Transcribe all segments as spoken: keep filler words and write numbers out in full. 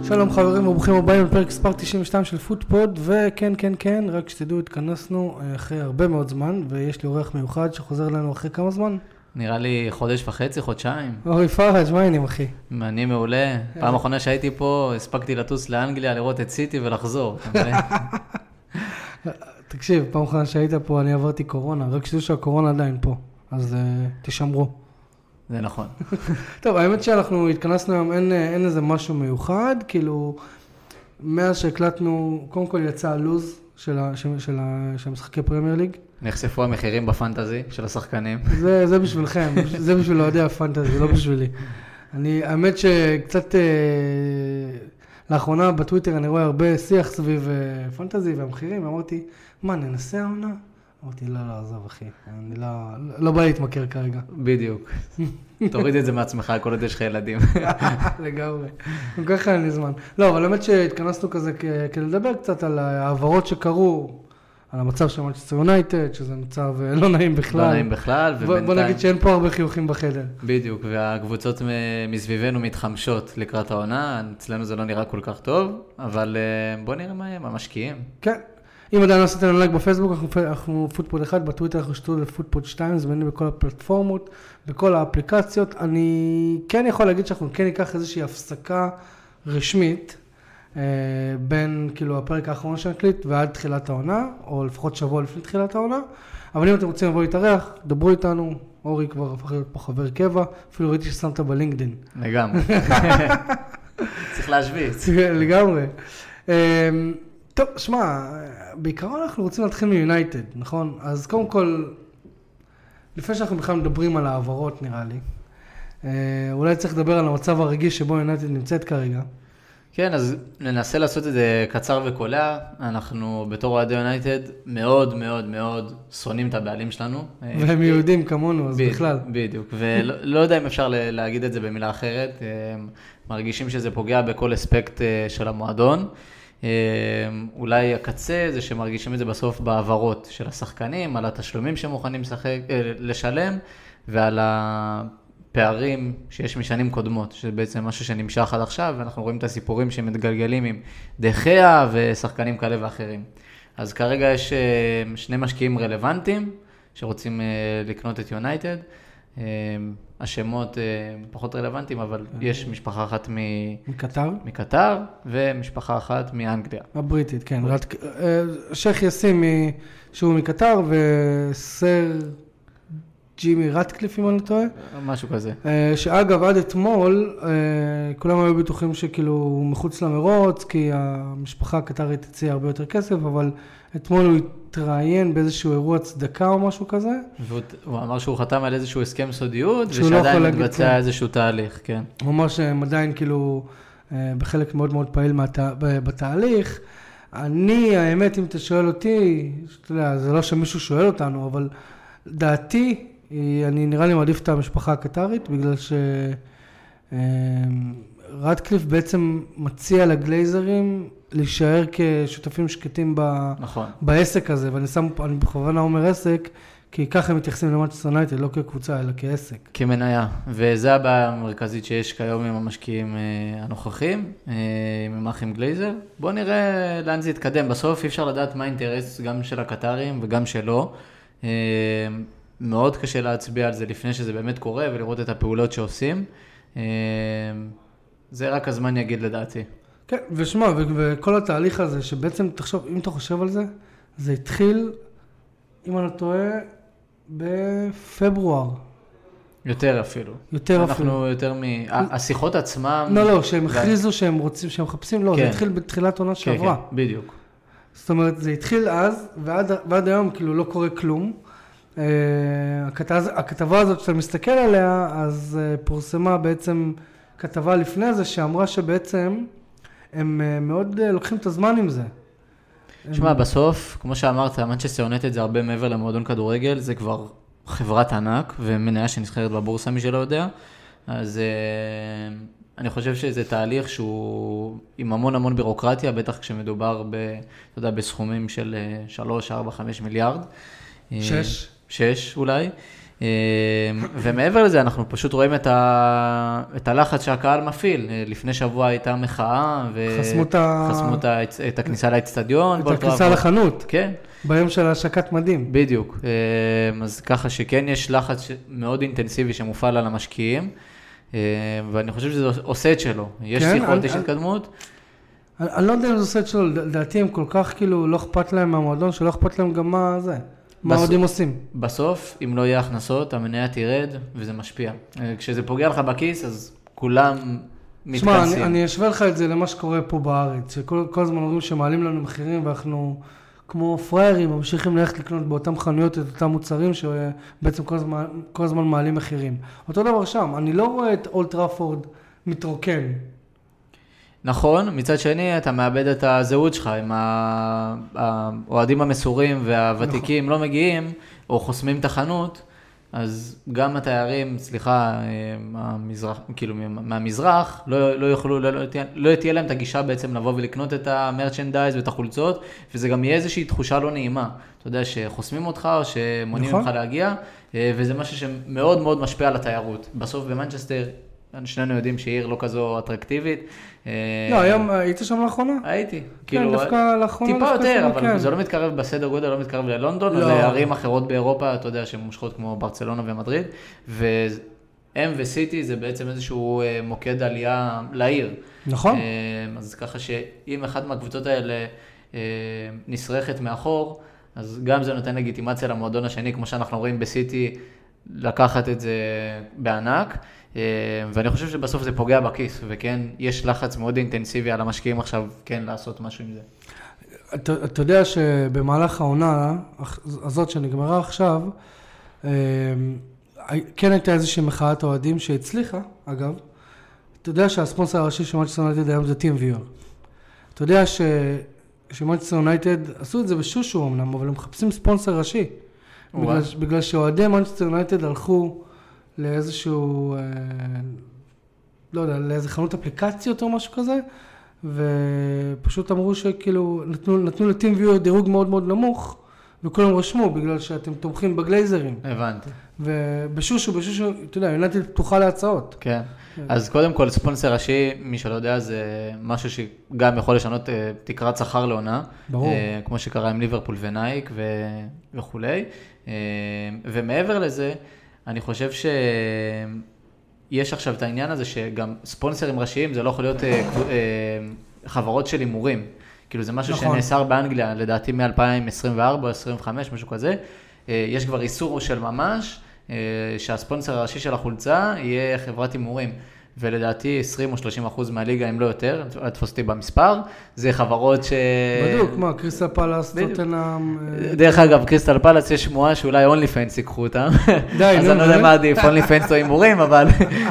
שלום חברים וברוכים הבאים לפרק ספר תשעים ושתיים של פוטפוד, וכן כן כן, רק שתדעו, התכנסנו אחרי הרבה מאוד זמן, ויש לי אורח מיוחד שחוזר לנו אחרי כמה זמן? נראה לי חודש וחצי, חודשיים. אורי פרג', מה העניינים אחי? אני מעולה. פעם אחרונה שהייתי פה, הספקתי לטוס לאנגליה, לראות את סיטי ולחזור. תקשיב, פעם אחרונה שהיית פה אני עברתי קורונה, רק שתדעו שהקורונה עדיין פה, אז תשמרו. זה נכון. טוב, האמת שאנחנו התכנסנו היום, אין, אין איזה משהו מיוחד, כאילו, מאז שהקלטנו, קודם כל יצא הלוז של, של, של, של המשחקי פרמייר ליג. נחשפו המחירים בפנטזי של השחקנים. זה, זה בשבילכם, זה בשביל אוהדי הפנטזי, לא בשבילי. אני, האמת שקצת, אה, לאחרונה בטוויטר אני רואה הרבה שיח סביב אה, פנטזי והמחירים, ואמרתי, מה, ננסה העונה? אמרתי, לא, לא, עזוב אחי, אני לא, לא בא להתמכר כרגע. בדיוק. תוריד את זה מעצמך, כל עוד יש לך ילדים. לגמרי. גם ככה אין לי זמן. לא, אבל האמת שהתכנסנו כזה כדי לדבר קצת על העברות שקרו, על המצב של מנצ'סטר יונייטד, שזה מצב לא נעים בכלל. לא נעים בכלל, ובינתיים... בוא נגיד שאין פה הרבה חיוכים בחדר. בדיוק, והקבוצות מסביבנו מתחמשות לקראת העונה, אצלנו זה לא נראה כל כך טוב, אבל בוא נראה מה הם, המשקיעים. כן. אם עדיין לא עשיתם לנו לייק בפייסבוק, אנחנו, אנחנו פוטפוד אחד, בטוויטר אנחנו שתו לפוטפוד שתיים, זמינים בכל הפלטפורמות, בכל האפליקציות. אני כן יכול להגיד שאנחנו כן ניקח איזושהי הפסקה רשמית, אה, בין כאילו הפרק האחרון שנקליט ועד תחילת העונה, או לפחות שבוע לפני תחילת העונה. אבל אם אתם רוצים לבוא להתארח, דברו איתנו, אורי כבר הפך להיות פה חבר קבע, אפילו ראיתי ששמת בלינקדין. לגמרי. צריך להשוויץ. לגמרי. אה, טוב, שמע, בעיקרון אנחנו רוצים להתחיל מיונייטד, נכון? אז קודם כל, לפני שאנחנו בכלל מדברים על העברות, נראה לי, אולי צריך לדבר על המצב הרגיש שבו יונייטד נמצאת כרגע. כן, אז ננסה לעשות את זה קצר וקולע. אנחנו בתור אוהדי יונייטד מאוד מאוד מאוד שונאים את הבעלים שלנו. והם יהודים כמונו, אז בכלל. בדיוק, ולא יודע אם אפשר להגיד את זה במילה אחרת. מרגישים שזה פוגע בכל אספקט של המועדון. אולי הקצה זה שמרגישים את זה בסוף בעברות של השחקנים, על התשלומים שמוכנים לשחק, לשלם, ועל הפערים שיש משנים קודמות, שזה בעצם משהו שנמשך עד עכשיו, ואנחנו רואים את הסיפורים שמתגלגלים עם דחיה ושחקנים כאלה ואחרים. אז כרגע יש שני משקיעים רלוונטיים שרוצים לקנות את יונייטד. השמות פחות רלוונטיים, אבל יש משפחה אחת מקטר, מקטר ומשפחה אחת מאנגליה. הבריטית, כן. שייח יאסין שהוא מקטר וסר ג'ימי רטקליף, אם אני לא טועה. משהו כזה. שאגב, עד אתמול, כולם היו בטוחים שכאילו הוא מחוץ למרוץ, כי המשפחה הקטרית הציעה הרבה יותר כסף, אבל אתמול הוא התראיין באיזשהו אירוע צדקה או משהו כזה. והוא אמר שהוא חתם על איזשהו הסכם סודיות, ושעדיין מתבצע איזשהו תהליך, כן. הוא אמר שהם עדיין כאילו בחלק מאוד מאוד פעיל בתהליך. אני, האמת, אם אתה שואל אותי, אתה יודע, זה לא שמישהו שואל אותנו, אבל דעתי, אני נראה לי מעדיף את המשפחה הקטרית, בגלל שרטקליף בעצם מציע לגלייזרים להישאר כשותפים שקטים ב... נכון. בעסק הזה, ואני שם, אני בכוונה אומר עסק, כי ככה הם מתייחסים למנצ'סטר יונייטד, לא כקבוצה, אלא כעסק. כמניה, וזה הבעיה המרכזית שיש כיום עם המשקיעים הנוכחים, עם האחים גלייזר. בואו נראה לאן זה יתקדם. בסוף אי אפשר לדעת מה האינטרס גם של הקטרים וגם שלו. מאוד קשה להצביע על זה לפני שזה באמת קורה, ולראות את הפעולות שעושים. זה רק הזמן יגיד לדעתי. כן, ושמע, וכל התהליך הזה, שבעצם תחשוב, אם אתה חושב על זה, זה התחיל, אם אני טועה, בפברואר. יותר אפילו. יותר אנחנו אפילו. אנחנו יותר מ... השיחות עצמם... לא, לא, שהם הכריזו שהם רוצים, שהם מחפשים, לא, כן. זה התחיל בתחילת עונה כן, שעברה. כן, בדיוק. זאת אומרת, זה התחיל אז, ועד, ועד היום כאילו לא קורה כלום. Uh, הכתב, הכתבה הזאת שאתה מסתכל עליה, אז uh, פורסמה בעצם כתבה לפני זה, שאמרה שבעצם הם uh, מאוד uh, לוקחים את הזמן עם זה. תשמע, בסוף, כמו שאמרת, מנצ'סטר יונייטד זה הרבה מעבר למועדון כדורגל, זה כבר חברת ענק, ומניה שנסחרת בבורסה, מי שלא יודע. אז uh, אני חושב שזה תהליך שהוא עם המון המון בירוקרטיה, בטח כשמדובר ב, אתה יודע, בסכומים של שלוש, ארבע, חמש מיליארד. שש. שש אולי. ומעבר לזה, אנחנו פשוט רואים את, ה... את הלחץ שהקהל מפעיל. לפני שבוע הייתה מחאה, וחסמו את, ה... את הכניסה לאצטדיון. את הכניסה לחנות. כן. ביום של השקת מדים. בדיוק. אז ככה שכן יש לחץ מאוד אינטנסיבי שמופעל על המשקיעים, ואני חושב שזה עושה את שלו. יש כן, שיחות, אני, יש התקדמות. אני, אני לא יודע אם זה עושה את שלו, לדעתי הם כל כך כאילו לא אכפת להם מהמועדון, שלא אכפת להם גם מה זה. מה עוד הם עושים? בסוף, אם לא יהיה הכנסות, המניה תירד וזה משפיע. כשזה פוגע לך בכיס, אז כולם מתכנסים. שמע, אני, אני אשווה לך את זה למה שקורה פה בארץ, שכל כל הזמן אומרים שמעלים לנו מחירים, ואנחנו כמו פריירים ממשיכים ללכת לקנות באותם חנויות את אותם מוצרים, שבעצם כל הזמן, כל הזמן מעלים מחירים. אותו דבר שם, אני לא רואה את אולד טראפורד מתרוקן. נכון, מצד שני אתה מאבד את הזהות שלך, אם האוהדים המסורים והוותיקים נכון. לא מגיעים, או חוסמים את החנות, אז גם התיירים, סליחה, מהמזרח, כאילו מהמזרח, לא, לא יוכלו, לא, לא תהיה להם את הגישה בעצם לבוא ולקנות את המרצ'נדייז ואת החולצות, וזה גם יהיה איזושהי תחושה לא נעימה. אתה יודע, שחוסמים אותך או שמונעים ממך להגיע, וזה משהו שמאוד מאוד משפיע על התיירות. בסוף במנצ'סטר, שנינו יודעים שהיא עיר לא כזו אטרקטיבית. לא, היום היית שם לאחרונה? הייתי. כן, דווקא לאחרונה. טיפה יותר, אבל זה לא מתקרב בסדר גודל, לא מתקרב ללונדון, או לערים אחרות באירופה, אתה יודע, שמושכות כמו ברצלונה ומדריד, והם וסיטי זה בעצם איזשהו מוקד עלייה לעיר. נכון. אז ככה שאם אחת מהקבוצות האלה נשרכת מאחור, אז גם זה נותן לגיטימציה למועדון השני, כמו שאנחנו רואים בסיטי, לקחת את זה בענק. ואני חושב שבסוף זה פוגע בכיס, וכן, יש לחץ מאוד אינטנסיבי על המשקיעים עכשיו, כן, לעשות משהו עם זה. אתה, אתה יודע שבמהלך העונה הזאת שנגמרה עכשיו, כן הייתה איזושהי מחאת אוהדים שהצליחה, אגב. אתה יודע שהספונסר הראשי של מנצ'סטר יונייטד היום זה TeamViewer. אתה יודע ש... שמנצ'סטר יונייטד עשו את זה בשושו אמנם, אבל הם מחפשים ספונסר ראשי. בגלל, בגלל שאוהדי מנצ'סטר יונייטד הלכו לאיזשהו, אה, לא יודע, לאיזה חנות אפליקציות או משהו כזה, ופשוט אמרו שכאילו, נתנו, נתנו לטים-ויור דירוג מאוד מאוד נמוך, וכולם רשמו בגלל שאתם תומכים בגלייזרים. הבנתי. ובשושו, בשושו, אתה יודע, יונייטד פתוחה להצעות. כן. אז קודם כל, ספונסר ראשי, מי שלא יודע, זה משהו שגם יכול לשנות תקרת שכר לעונה. ברור. כמו שקרה עם ליברפול ונייק וכולי. ומעבר לזה, אני חושב שיש עכשיו את העניין הזה שגם ספונסרים ראשיים, זה לא יכול להיות חברות של הימורים. כאילו זה משהו נכון. שנאסר באנגליה, לדעתי מ-אלפיים עשרים וארבע או עשרים וחמש, משהו כזה. יש כבר איסור של ממש, שהספונסר הראשי של החולצה יהיה חברת הימורים. ולדעתי עשרים או שלושים אחוז מהליגה, אם לא יותר, אל תפוס אותי במספר, זה חברות ש... בדיוק, מה, קריסטל פלאס, טוטנהאם... דרך אגב, קריסטל פלאס יש שמועה שאולי אונלי פיינס ייקחו אותם. די, נו. אז אני לא יודע מה עדיף, אונלי פיינס או הימורים, אבל...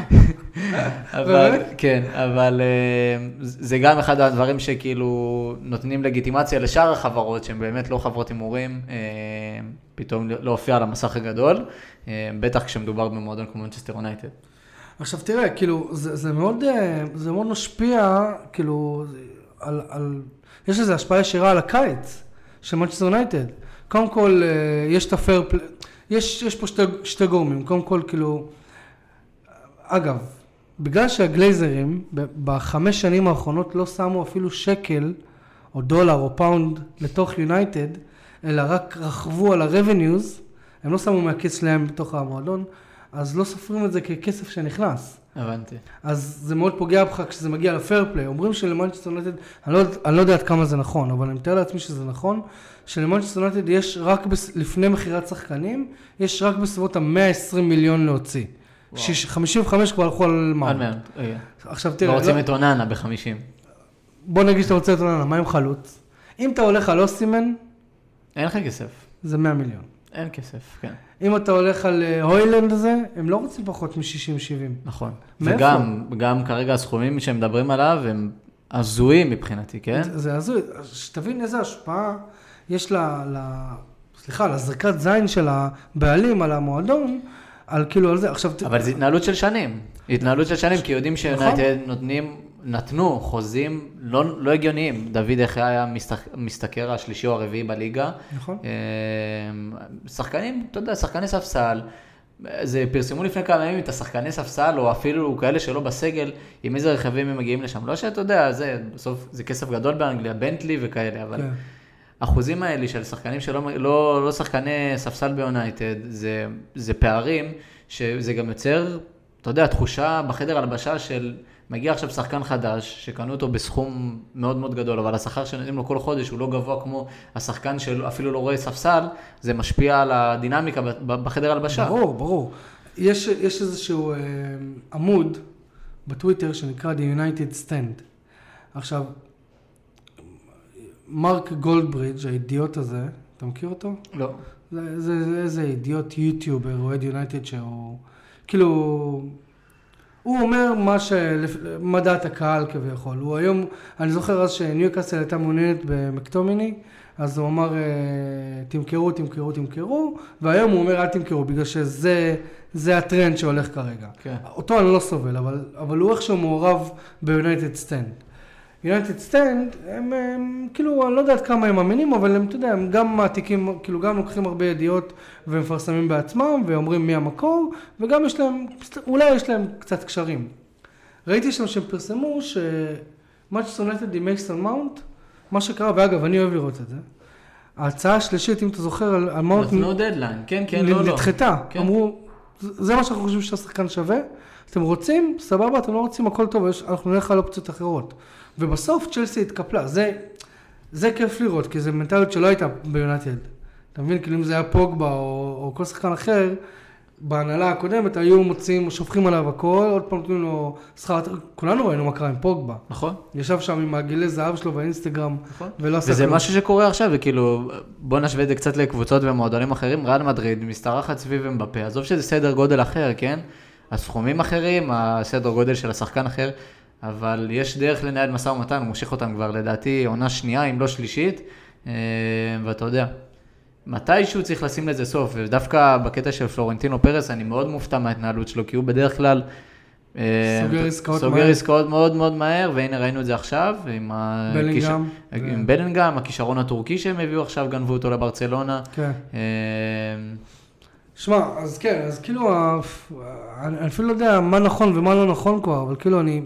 אבל, כן, אבל זה גם אחד הדברים שכאילו נותנים לגיטימציה לשאר החברות, שהן באמת לא חברות הימורים, פתאום להופיע על המסך הגדול, בטח כשמדובר במועדון כמו מנצ'סטר יונייטד. עכשיו תראה, כאילו, זה, זה מאוד, זה מאוד משפיע, כאילו, על, על, יש לזה השפעה ישירה על הקיץ של מנצ'סטר יונייטד. קודם כל, יש את הפייר פליי, יש, יש פה שתי, שתי גורמים. קודם כל, כאילו, אגב, בגלל שהגלייזרים בחמש שנים האחרונות לא שמו אפילו שקל, או דולר, או פאונד לתוך יונייטד, אלא רק רכבו על ה-revenues, הם לא שמו מהכיס להם בתוך המועדון, אז לא סופרים את זה ככסף שנכנס. הבנתי. אז זה מאוד פוגע בך כשזה מגיע לפייר פליי. אומרים שלמנצ'סטר יונייטד, אני לא, אני לא יודע עד כמה זה נכון, אבל אני מתאר לעצמי שזה נכון, שלמנצ'סטר יונייטד יש רק בס, לפני מחירת שחקנים, יש רק בסביבות ה-מאה ועשרים מיליון להוציא. ש-חמישים וחמש כבר הלכו על מה? על מאה. עכשיו תראה. לא רוצים את אוננה ב-חמישים. בוא נגיד שאתה רוצה את אוננה, מה עם חלוץ? אם אתה הולך על אוסימן, אין לך כסף. זה מאה מיליון. אין כסף, כן. אם אתה הולך על הוילנד הזה, הם לא רוצים פחות מ-שישים שבעים. נכון. וגם, גם כרגע הסכומים שהם מדברים עליו, הם הזויים מבחינתי, כן? זה, זה הזוי. שתבין איזה השפעה יש לה, לה, סליחה, לזריקת זין של הבעלים על המועדון, על כאילו על זה. עכשיו, אבל זה התנהלות של שנים. התנהלות של שנים, כי יודעים שיונייטד נותנים, נתנו חוזים לא, לא הגיוניים. דוד איך היה מסתכר השלישי או הרביעי בליגה. נכון. שחקנים, אתה יודע, שחקני ספסל, זה פרסמו לפני כמה ימים את השחקני ספסל, או אפילו כאלה שלא בסגל, עם איזה רכבים הם מגיעים לשם. לא שאתה יודע, זה, בסוף זה כסף גדול באנגליה, בנטלי וכאלה, אבל כן. האחוזים האלה של שחקנים שלא לא, לא שחקני ספסל ביונייטד, זה, זה פערים שזה גם יוצר, אתה יודע, תחושה בחדר הלבשה של מגיע עכשיו שחקן חדש, שקנו אותו בסכום מאוד מאוד גדול, אבל השכר שנותנים לו כל חודש הוא לא גבוה כמו השחקן שאפילו לא רואה ספסל, זה משפיע על הדינמיקה בחדר הלבשה. ברור, ברור. יש, יש איזשהו אה, עמוד בטוויטר שנקרא The United Stand. עכשיו, מרק גולדברידג', האידיוט הזה, אתה מכיר אותו? לא. זה, זה, זה איזה אידיוט יוטיובר, אוהד יונייטד שהוא, כאילו, הוא אומר מה שמדעת הקהל כביכול. הוא היום, אני זוכר אז שניוקאסל הייתה מעוניינת במקטומיני, אז הוא אמר, תמכרו, תמכרו, תמכרו, והיום הוא אומר, אל תמכרו, בגלל שזה זה הטרנד שהולך כרגע. כן. אותו אני לא סובל, אבל, אבל הוא איכשהו מעורב ביונייטד סטנד. יונייטד סטנד, הם, הם, כאילו, אני לא יודעת כמה הם מאמינים, אבל הם, אתה יודע, הם גם מעתיקים, כאילו, גם לוקחים הרבה ידיעות ומפרסמים בעצמם, ואומרים מי המקור, וגם יש להם, אולי יש להם קצת קשרים. ראיתי שם שהם פרסמו שמאנצ'סטר יונייטד עם מייסון מאונט, מה שקרה, ואגב, אני אוהב לראות את זה, ההצעה השלישית, אם אתה זוכר, על מאונט... נתנו דדליין, כן, כן, לא, לא. נדחתה, אמרו, זה מה שאנחנו חושבים שהשחקן שווה, אתם רוצים, סבבה, אתם לא רוצים, הכל טוב, אנחנו נלך על אופציות אחרות. ובסוף צ'לסי התקפלה, זה, זה כיף לראות, כי זה מנטליות שלא הייתה ביונייטד. אתה מבין, כאילו אם זה היה פוגבה או, או כל שחקן אחר, בהנהלה הקודמת היו מוצאים, שופכים עליו הכל, עוד פעם נותנים לו שכר, כולנו ראינו מה קרה עם פוגבה. נכון. ישב שם עם הגילי זהב שלו באינסטגרם, נכון. ולא עשה וזה משהו שקורה עכשיו, וכאילו, בוא נשווה את זה קצת לקבוצות ומועדונים אחרים, ריאל מדריד, משתרחת סביב אמבפה, עזוב שזה סדר גודל אחר, כן? הסכומים אחרים, הסדר גודל של השחקן אחר, אבל יש דרך לנהל משא ומתן, הוא מושך אותם כבר לדעתי עונה שנייה, אם לא שלישית, ואתה יודע, מתישהו צריך לשים לזה סוף, ודווקא בקטע של פלורנטינו פרס, אני מאוד מופתע מההתנהלות שלו, כי הוא בדרך כלל סוגר עסקאות סוגר עסקאות מאוד מאוד מהר, והנה ראינו את זה עכשיו, עם בלינגהם, עם בלינגהם, הכישרון הטורקי שהם הביאו עכשיו, גנבו אותו לברצלונה. כן. שמע, אז כן, אז כאילו, אני אפילו לא יודע מה נכון ומה לא נכון כבר, אבל כאילו אני,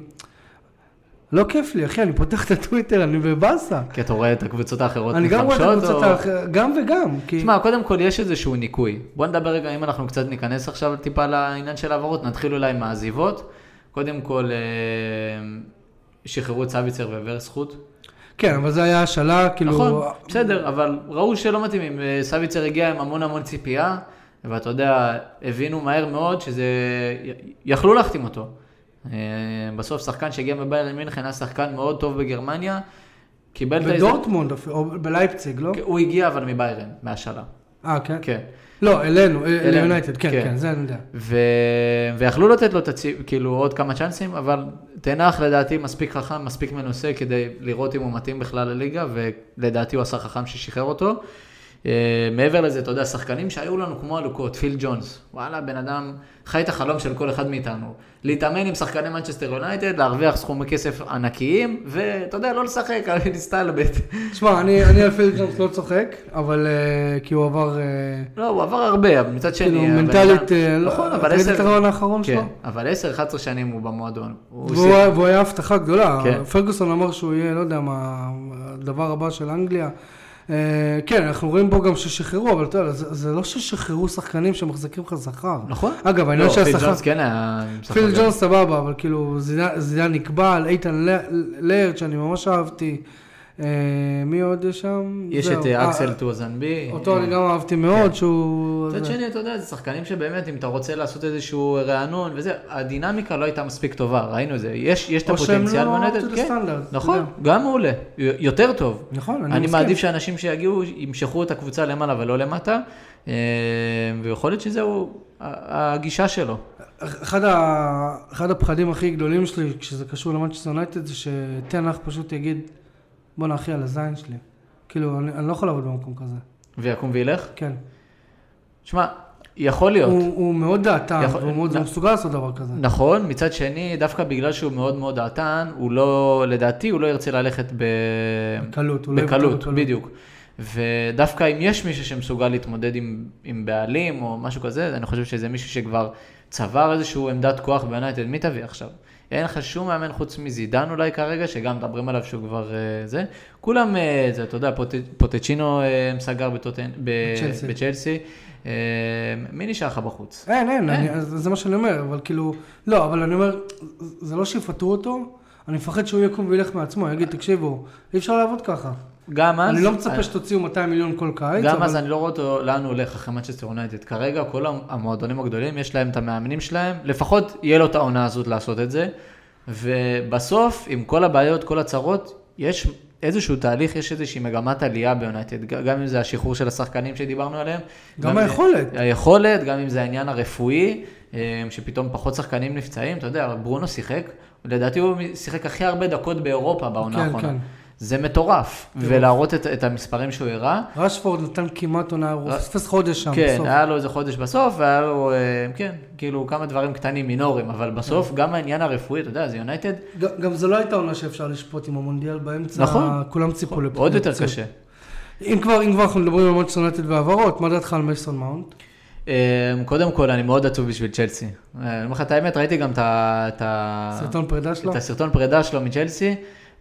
לא כיף לי, אחי, אני פותח את הטוויטר, אני בבאסה. כי אתה רואה את הקבוצות האחרות אני גם רואה את הקבוצות האחרות, גם וגם. תשמע, קודם כל יש איזשהו ניקוי. בוא נדבר רגע, אם אנחנו קצת ניכנס עכשיו טיפה לעניין של העברות, נתחיל אולי מהעזיבות. קודם כל, שחררו את סביצר וורסחוט. כן, אבל זה היה השאלה, כאילו... נכון, בסדר, אבל ראו שלא מתאימים. סביצר הגיע עם המון המון ציפייה, ואתה יודע, הבינו מהר מאוד שזה... יכלו להחתים אותו. בסוף שחקן שהגיע מביירן מינכן היה שחקן מאוד טוב בגרמניה, קיבל את ההזדמנות... בדורטמונד או בלייפציג, לא? הוא הגיע אבל מביירן, מהשאלה. אה, כן? כן. לא, אלינו, ליונייטד, כן, כן, זה אני יודע. ויכלו לתת לו כאילו עוד כמה צ'אנסים, אבל תנח לדעתי מספיק חכם, מספיק מנוסה כדי לראות אם הוא מתאים בכלל לליגה, ולדעתי הוא עשה חכם ששחרר אותו. מעבר לזה, אתה יודע, שחקנים שהיו לנו כמו הלוקות, פיל ג'ונס, וואלה, בן אדם חי את החלום של כל אחד מאיתנו, להתאמן עם שחקני מנצ'סטר יונייטד, להרוויח סכומי כסף ענקיים, ואתה יודע, לא לשחק, להסתלבט. תשמע, אני על פיל ג'ונס לא צוחק, אבל כי הוא עבר... לא, הוא עבר הרבה, אבל מצד שני... כאילו, מנטלית, נכון, אבל עשר... ראית את הרעיון האחרון שלו? כן, אבל עשר אחת עשרה שנים הוא במועדון. והוא היה הבטחה גדולה, פרגוסון אמר שהוא יהיה, לא יודע מה, הדבר הבא של אנגליה. כן, אנחנו רואים פה גם ששחררו, אבל אתה יודע, זה לא ששחררו שחקנים שמחזיקים לך שכר. נכון. אגב, אני לא שהשכר... פיל ג'ונס כן היה... פיל ג'ונס סבבה, אבל כאילו, זידן נקבל, איתן לארד, שאני ממש אהבתי. מי עוד יש שם? יש את אקסל טוזנבי. אותו אני גם אהבתי מאוד, שהוא... זאת שני, אתה יודע, זה שחקנים שבאמת, אם אתה רוצה לעשות איזשהו רענון וזה, הדינמיקה לא הייתה מספיק טובה, ראינו זה. יש את הפוטנציאל בנדד, כן. נכון, גם מעולה. יותר טוב. נכון, אני מסכים. אני מעדיף שאנשים שיגיעו, ימשכו את הקבוצה למעלה ולא למטה, ויכול להיות שזהו הגישה שלו. אחד הפחדים הכי גדולים שלי, כשזה קשור למנצ'סטר יונייטד, זה שתנח פשוט יגיד, בוא נאחי על הזין שלי. כאילו, אני, אני לא יכול לעבוד במקום כזה. ויקום וילך? כן. תשמע, יכול להיות. הוא, הוא מאוד דעתן, יכול... הוא מאוד, נ... הוא מסוגל לעשות דבר כזה. נכון, מצד שני, דווקא בגלל שהוא מאוד מאוד דעתן, הוא לא, לדעתי, הוא לא ירצה ללכת ב... בקלות. בקלות, בדיוק. ודווקא אם יש מישהו שמסוגל להתמודד עם, עם בעלים או משהו כזה, אני חושב שזה מישהו שכבר צבר איזשהו עמדת כוח ביונייטד, מי תביא עכשיו? אין לך שום מאמן חוץ מזידן אולי כרגע, שגם מדברים עליו שהוא כבר uh, זה. כולם, uh, זה, אתה יודע, פוט, פוטצ'ינו uh, מסגר בטוטן, בצ'לסי. בצ'לסי. Uh, מי נשאר לך בחוץ? אין, אין, אני, זה מה שאני אומר, אבל כאילו, לא, אבל אני אומר, זה לא שיפטרו אותו, אני מפחד שהוא יקום וילך מעצמו, יגיד, תקשיבו, אי אפשר לעבוד ככה. גם אז... אני לא מצפה שתוציאו מאתיים מיליון כל קיץ. גם אז אני לא רואה אותו לאן הוא הולך אחרי מנצ'סטר יונייטד. כרגע כל המועדונים הגדולים, יש להם את המאמנים שלהם, לפחות יהיה לו את העונה הזאת לעשות את זה, ובסוף, עם כל הבעיות, כל הצרות, יש איזשהו תהליך, יש איזושהי מגמת עלייה ביונייטד, גם אם זה השחרור של השחקנים שדיברנו עליהם. גם היכולת. היכולת, גם אם זה העניין הרפואי, שפתאום פחות שחקנים נפצעים, אתה יודע, ברונו שיחק, לדעתי הוא שיחק הכי הרבה דקות באירופה בעונה האחרונה. כן, כן. זה מטורף, ולהראות את, את המספרים שהוא הראה. רשפורד נתן כמעט עונה, הוא פספס חודש שם כן, בסוף. כן, היה לו איזה חודש בסוף, והיה לו, כן, כאילו כמה דברים קטנים מינוריים, אבל בסוף גם העניין הרפואי, אתה יודע, זה יונייטד. גם זו לא הייתה עונה שאפשר לשפוט עם המונדיאל באמצע, נכון. כולם ציפו לפחות. עוד יותר קשה. אם כבר, אם כבר אנחנו מדברים על מנצ'סטר יונייטד והעברות, מה דעתך על מייסון מאונט? קודם כל, אני מאוד עצוב בשביל צ'לסי. אני אומר לך את האמת, ראיתי גם את הסרטון פרידה שלו מצ'לסי,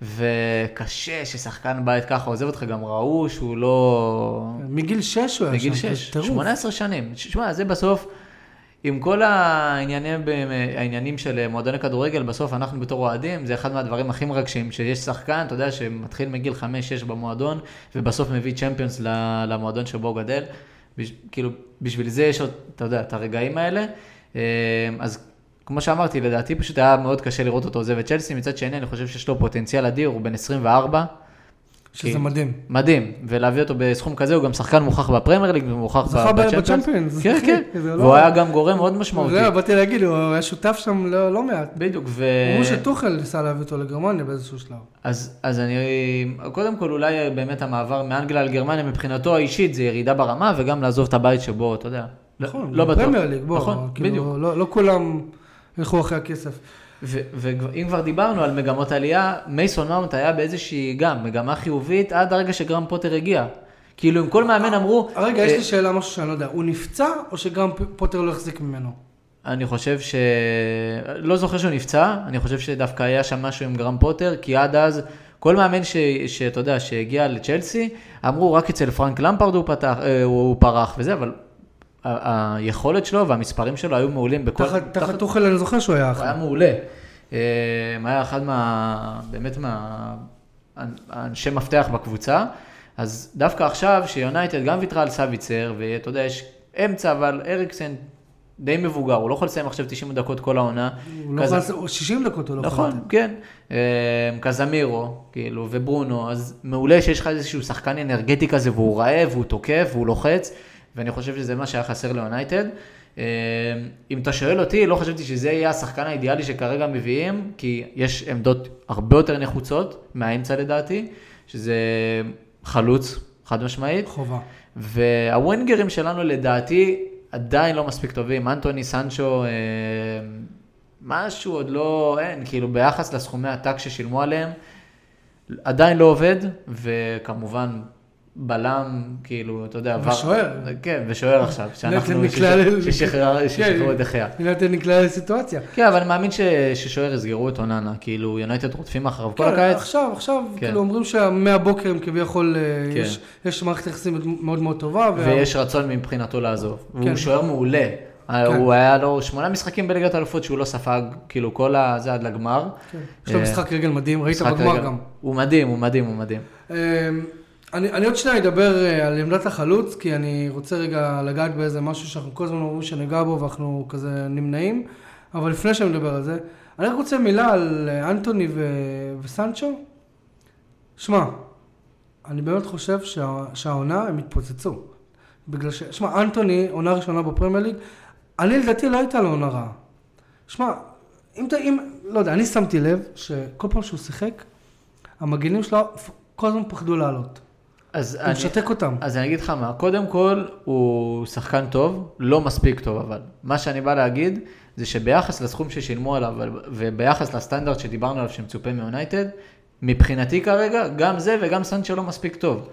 וקשה ששחקן בית ככה עוזב אותך, גם ראו שהוא לא... מגיל שש הוא היה שם. מגיל שש, שמונה עשרה שנים. שמע, זה בסוף, עם כל העניינים, העניינים של מועדוני כדורגל, בסוף אנחנו בתור אוהדים, זה אחד מהדברים הכי מרגשים, שיש שחקן, אתה יודע, שמתחיל מגיל חמש שש במועדון, ובסוף מביא צ'מפיונס למועדון שבו הוא גדל. כאילו, בשביל זה יש, אתה יודע, את הרגעים האלה. אז כמו שאמרתי, לדעתי פשוט היה מאוד קשה לראות אותו עוזב את צ'לסי, מצד שני אני חושב שיש לו פוטנציאל אדיר, הוא בן עשרים וארבע. שזה מדהים. מדהים, ולהביא אותו בסכום כזה, הוא גם שחקן מוכח בפרמייר ליג, מוכח בצ'מפיונס. כן, כן, והוא היה גם גורם מאוד משמעותי. זהו, באתי להגיד, הוא היה שותף שם לא מעט. בדיוק, ו... הוא שטוחל ניסה להביא אותו לגרמניה באיזשהו שלב. אז אני, קודם כל אולי באמת המעבר מאנגליה לגרמניה, מבחינתו האישית זה ירידה ברמה, וגם לעזוב את הבית שבו, אתה יודע. נכון, בפרמייר ליג, בוא, לא כולם ילכו אחרי הכסף. ואם כבר דיברנו על מגמות עלייה, מייסון מאונט היה באיזושהי גם מגמה חיובית עד הרגע שגרם פוטר הגיע. כאילו עם כל מאמן אמרו... הרגע, יש לי שאלה משהו שאני לא יודע, הוא נפצע או שגרם פוטר לא החזיק ממנו? אני חושב ש... לא זוכר שהוא נפצע, אני חושב שדווקא היה שם משהו עם גרם פוטר, כי עד אז כל מאמן ש... שאתה יודע, שהגיע לצ'לסי, אמרו רק אצל פרנק למפרד הוא פתח, הוא פרח וזה, אבל... היכולת שלו והמספרים שלו היו מעולים בכל... תחת תוכל אני זוכר שהוא היה אחר. הוא היה מעולה. היה אחד מה... באמת מה... אנשי מפתח בקבוצה. אז דווקא עכשיו שיונייטד גם ויתרה על סאביצר, ואתה יודע, יש אמצע, אבל אריקסן די מבוגר, הוא לא יכול לסיים עכשיו תשעים דקות כל העונה. הוא לא יכול... שישים דקות הוא לא יכול. נכון, כן. קזמירו, כאילו, וברונו, אז מעולה שיש לך איזשהו שחקן אנרגטי כזה, והוא רעב, והוא תוקף, והוא לוחץ. ואני חושב שזה מה שהיה חסר ליונייטד. אם אתה שואל אותי, לא חשבתי שזה יהיה השחקן האידיאלי שכרגע מביאים, כי יש עמדות הרבה יותר נחוצות מהאמצע לדעתי, שזה חלוץ, חד משמעית. חובה. והווינגרים שלנו לדעתי עדיין לא מספיק טובים. אנטוני, סנצ'ו, משהו עוד לא, אין, כאילו ביחס לסכומי הטק ששילמו עליהם, עדיין לא עובד, וכמובן, בלם, כאילו, אתה יודע, ושוער. כן, ושוער עכשיו, שאנחנו, ששחררו את החיה. נתן נקלע לסיטואציה. כן, אבל אני מאמין ששוער יסגרו את אוננה, כאילו, יונייטד רודפים אחריו כל הקיץ. עכשיו, עכשיו, כאילו, אומרים שמהבוקר הם כביכול, יש מערכת יחסים מאוד מאוד טובה. ויש רצון מבחינתו לעזוב. והוא שוער מעולה. הוא היה לו שמונה משחקים בליגת האלופות שהוא לא ספג, כאילו, כל הזה עד לגמר. יש לו משחק רגל מדהים, ראית בגמר גם. הוא מדהים, הוא מדהים, הוא מדהים. אני, אני עוד שניה אדבר על עמדת החלוץ, כי אני רוצה רגע לגעת באיזה משהו שאנחנו כל הזמן אומרים שנגע בו ואנחנו כזה נמנעים, אבל לפני שאני מדבר על זה, אני רק רוצה מילה על אנטוני ו... וסנצ'ו. שמע, אני באמת חושב שה... שהעונה הם התפוצצו. בגלל ש... שמע, אנטוני, עונה ראשונה בפרמייר ליג, אני לדעתי לא הייתה לו עונה רעה. שמע, אם אתה, אם, לא יודע, אני שמתי לב שכל פעם שהוא שיחק, המגינים שלו כל הזמן פחדו לעלות. אז הוא משתק אותם. אז אני אגיד לך מה, קודם כל הוא שחקן טוב, לא מספיק טוב אבל. מה שאני בא להגיד זה שביחס לסכום ששילמו עליו וביחס לסטנדרט שדיברנו עליו שמצופה מיונייטד, מבחינתי כרגע, גם זה וגם סנצ'ו לא מספיק טוב.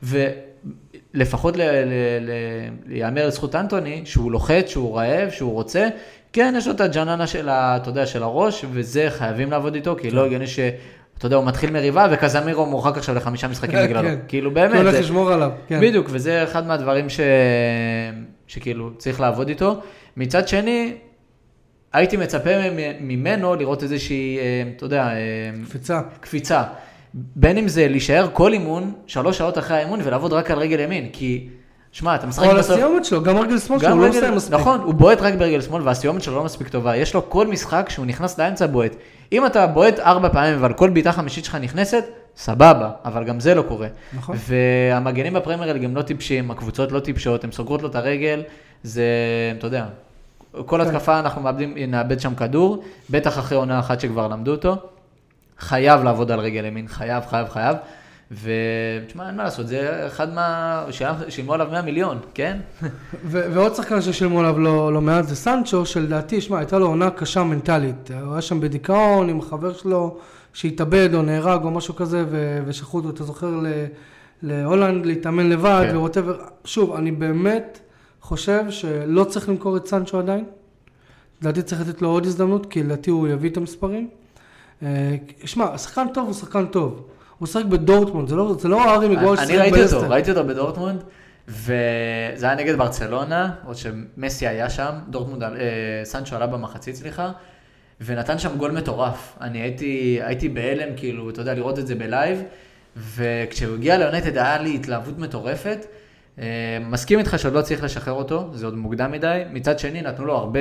ולפחות להיאמר לזכות אנטוני, שהוא לוחץ, שהוא רעב, שהוא רוצה, כן, יש לו את הג'ננה של, אתה יודע, של הראש, וזה חייבים לעבוד איתו, כי לא הגיוני ש... אתה יודע, הוא מתחיל מריבה, וקזמירו מורחק עכשיו לחמישה משחקים בגללו. כאילו, באמת. הוא הולך לשמור עליו, כן. בדיוק, וזה אחד מהדברים ש... שכאילו צריך לעבוד איתו. מצד שני, הייתי מצפה ממנו לראות איזושהי, אתה יודע... קפיצה. קפיצה. בין אם זה להישאר כל אימון, שלוש שעות אחרי האימון, ולעבוד רק על רגל ימין, כי... שמע, אתה משחק בסוף... או על הסיומת שלו, גם רגל שמאל שהוא לא עושה מספיק. נכון, הוא בועט רק ברגל שמאל, והסיומת שלו לא מספיק טובה. יש לו כל משחק שהוא נכנס לאמצע בועט. אם אתה בועט ארבע פעמים, אבל כל בעיטה חמישית שלך נכנסת, סבבה, אבל גם זה לא קורה. נכון. והמגנים בפרמייר ליג הם לא טיפשים, הקבוצות לא טיפשות, הם סוגרות לו את הרגל, זה, אתה יודע, כל התקפה אנחנו מאבדים, נאבד שם כדור, בטח אחרי עונה אחת שכבר למדו אותו, חייב לעבוד על רגל ימין, חייב, חייב, חייב. ותשמע, אין מה לעשות, זה אחד מה... שילמו עליו מאה מיליון, כן? ועוד שחקן ששילמו עליו לא מעט זה סנצ'ו, שלדעתי, שמע, הייתה לו עונה קשה מנטלית. הוא היה שם בדיכאון עם החבר שלו, שהתאבד או נהרג או משהו כזה, ושלחו אותו, אתה זוכר, להולנד, להתאמן לבד, וווטאבר. שוב, אני באמת חושב שלא צריך למכור את סנצ'ו עדיין. לדעתי צריך לתת לו עוד הזדמנות, כי לדעתי הוא יביא את המספרים. שמע, שחקן טוב הוא שחקן טוב. הוא שחק בדורטמונד, זה לא, זה לא ארי מגואל ששחק בלסטר. אני ראיתי אותו, ראיתי אותו בדורטמונד, וזה היה נגד ברצלונה, עוד שמסי היה שם, דורטמונד, סנצ'ו עלה במחצית, סליחה, ונתן שם גול מטורף. אני הייתי, הייתי בהלם, כאילו, אתה יודע, לראות את זה בלייב, וכשהוא הגיע ליונייטד היה לי התלהבות מטורפת. מסכים איתך שעוד לא צריך לשחרר אותו, זה עוד מוקדם מדי. מצד שני, נתנו לו הרבה,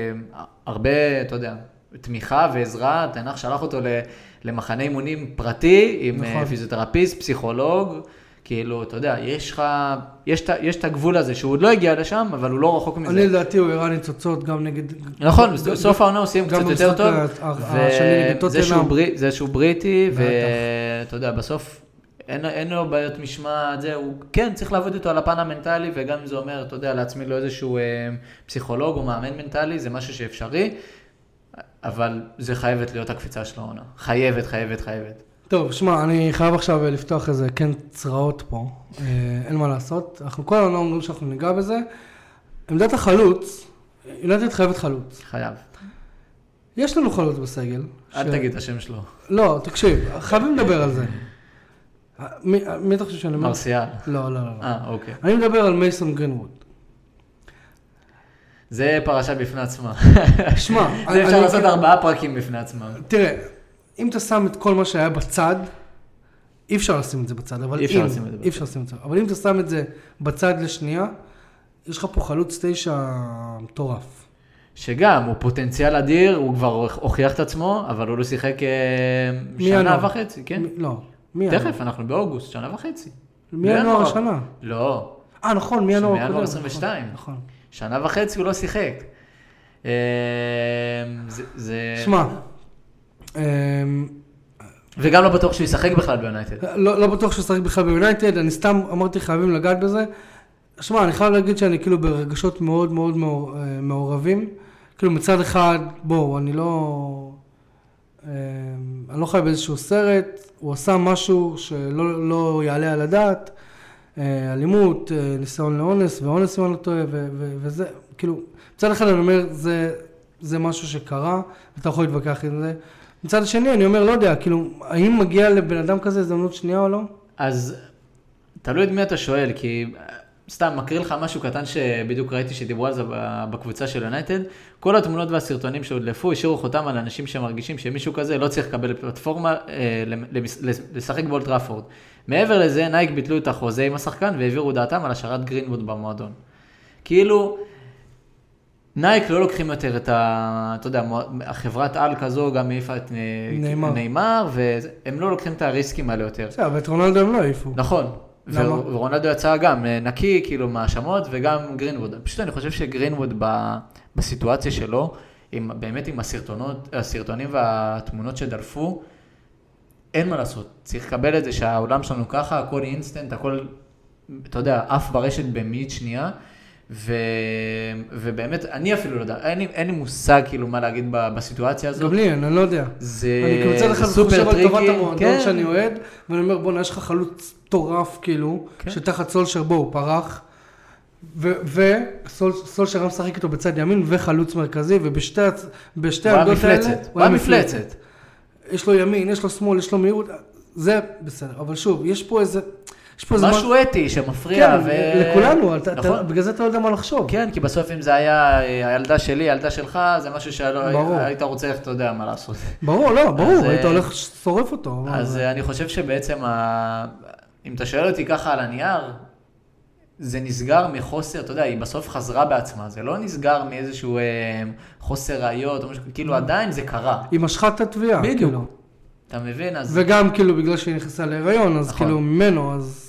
הרבה, אתה יודע, תמיכה ועזרה, תנח שלח אותו למחנה אימונים פרטי, עם נכון. פיזיותרפיסט, פסיכולוג, כאילו, אתה יודע, יש לך, יש, יש את הגבול הזה, שהוא עוד לא הגיע לשם, אבל הוא לא רחוק מזה. אני לדעתי, הוא הראה ניצוצות גם נגד... נכון, בסוף העונה עושים קצת יותר טוב, וזה שהוא בריטי, ואתה יודע, בסוף אין, אין לו בעיות משמעת, זה, הוא כן צריך לעבוד איתו על הפן המנטלי, וגם אם זה אומר, אתה יודע, להצמיד לו איזשהו פסיכולוג או מאמן מנטלי, זה משהו שאפשרי, אבל זה חייבת להיות הקפיצה של העונה. חייבת, חייבת, חייבת. טוב, שמע, אני חייב עכשיו לפתוח איזה כן צרעות פה. אין מה לעשות. אנחנו כל העונה אומרים שאנחנו ניגע בזה. עמדת החלוץ, יונייטד חייבת חלוץ. חייב. יש לנו חלוץ בסגל. אל תגיד את השם שלו. לא, תקשיב, חייבים לדבר על זה. מי אתה חושב שאני אומר? מרסיאל. לא, לא, לא. אה, אוקיי. אני מדבר על מייסון גרינווד. זה פרשה בפני עצמה. שמע, זה אפשר לעשות ארבעה פרקים בפני עצמם. תראה, אם אתה שם את כל מה שהיה בצד, אי אפשר לשים את זה בצד, אבל אי אפשר לשים את זה בצד. אי אפשר לשים את זה. אבל אם אתה שם את זה בצד לשנייה, יש לך פה חלוץ תשע מטורף. שגם, הוא פוטנציאל אדיר, הוא כבר הוכיח את עצמו, אבל הוא לא שיחק שנה וחצי, כן? לא. מי ינואר? תכף, אנחנו באוגוסט, שנה וחצי. מי ינואר השנה? לא. אה, נכון, מי ינואר? מינואר עשרים ושתיים. נכון. שנה וחצי הוא לא שיחק. זה... שמע. וגם לא בטוח שהוא ישחק בכלל ביונייטד. לא בטוח שהוא ישחק בכלל ביונייטד, אני סתם אמרתי חייבים לגעת בזה. שמע, אני חייב להגיד שאני כאילו ברגשות מאוד מאוד מעורבים. כאילו מצד אחד, בואו, אני לא... אני לא חייב באיזשהו סרט, הוא עשה משהו שלא לא יעלה על הדעת, אלימות, ניסיון לאונס, ואונס אם אני לא טועה, וזה, כאילו, מצד אחד אני אומר, זה, זה משהו שקרה, ואתה יכול להתווכח עם זה. מצד השני, אני אומר, לא יודע, כאילו, האם מגיע לבן אדם כזה הזדמנות שנייה או לא? אז, תלוי את מי אתה שואל, כי סתם, מקריא לך משהו קטן שבדיוק ראיתי שדיברו על זה בקבוצה של יונייטד, כל התמונות והסרטונים שהודלפו, השאירו חותם על אנשים שמרגישים שמישהו כזה לא צריך לקבל פלטפורמה לשחק באולד טראפורד. מעבר לזה, נייק ביטלו את החוזה עם השחקן והעבירו דעתם על השארת גרינווד במועדון. כאילו, נייק לא לוקחים יותר את ה... אתה יודע, החברת על כזו גם העיפה את ניימר, והם לא לוקחים את הריסקים האלה יותר. בסדר, ואת רונלדו הם לא העיפו. נכון. ורונלדו יצא גם נקי, כאילו, מהאשמות, וגם גרינווד. פשוט אני חושב שגרינווד בסיטואציה שלו, באמת עם הסרטונות, הסרטונים והתמונות שדלפו, אין מה לעשות. צריך לקבל את זה שהעולם שלנו ככה, הכל אינסטנט, הכל, אתה יודע, אף ברשת במאית שנייה, ו... ובאמת, אני אפילו לא יודע, אין לי, אין לי מושג כאילו מה להגיד בסיטואציה הזאת. גם לי, אני לא יודע. זה, אני מצד אחד סופר חושב טריקי. על טובת המועדון כן. שאני אוהד, ואני אומר, בוא, יש לך חלוץ טורף, כאילו, כן. שתחת סולשר בו הוא פרח, וסולשר משחק איתו בצד ימין, וחלוץ מרכזי, ובשתי העמדות האלה... הוא היה מפלצת. יש לו ימין, יש לו שמאל, יש לו מהירות, זה בסדר. אבל שוב, יש פה איזה... משהו אתי שמפריע. כן, לכולנו, בגלל זה אתה לא יודע מה לחשוב. כן, כי בסוף אם זה היה הילדה שלי, הילדה שלך, זה משהו שהיית רוצה איך אתה יודע מה לעשות. ברור, לא, ברור, היית הולך שורף אותו. אז אני חושב שבעצם, אם אתה שואל אותי ככה על הנייר, זה נסגר מחוסר, אתה יודע, היא בסוף חזרה בעצמה, זה לא נסגר מאיזשהו חוסר ראיות, כאילו עדיין זה קרה. היא משכה את התביעה. בדיוק. אתה מבין? וגם כאילו בגלל שהיא נכנסה להיריון, אז כאילו ממנו, אז...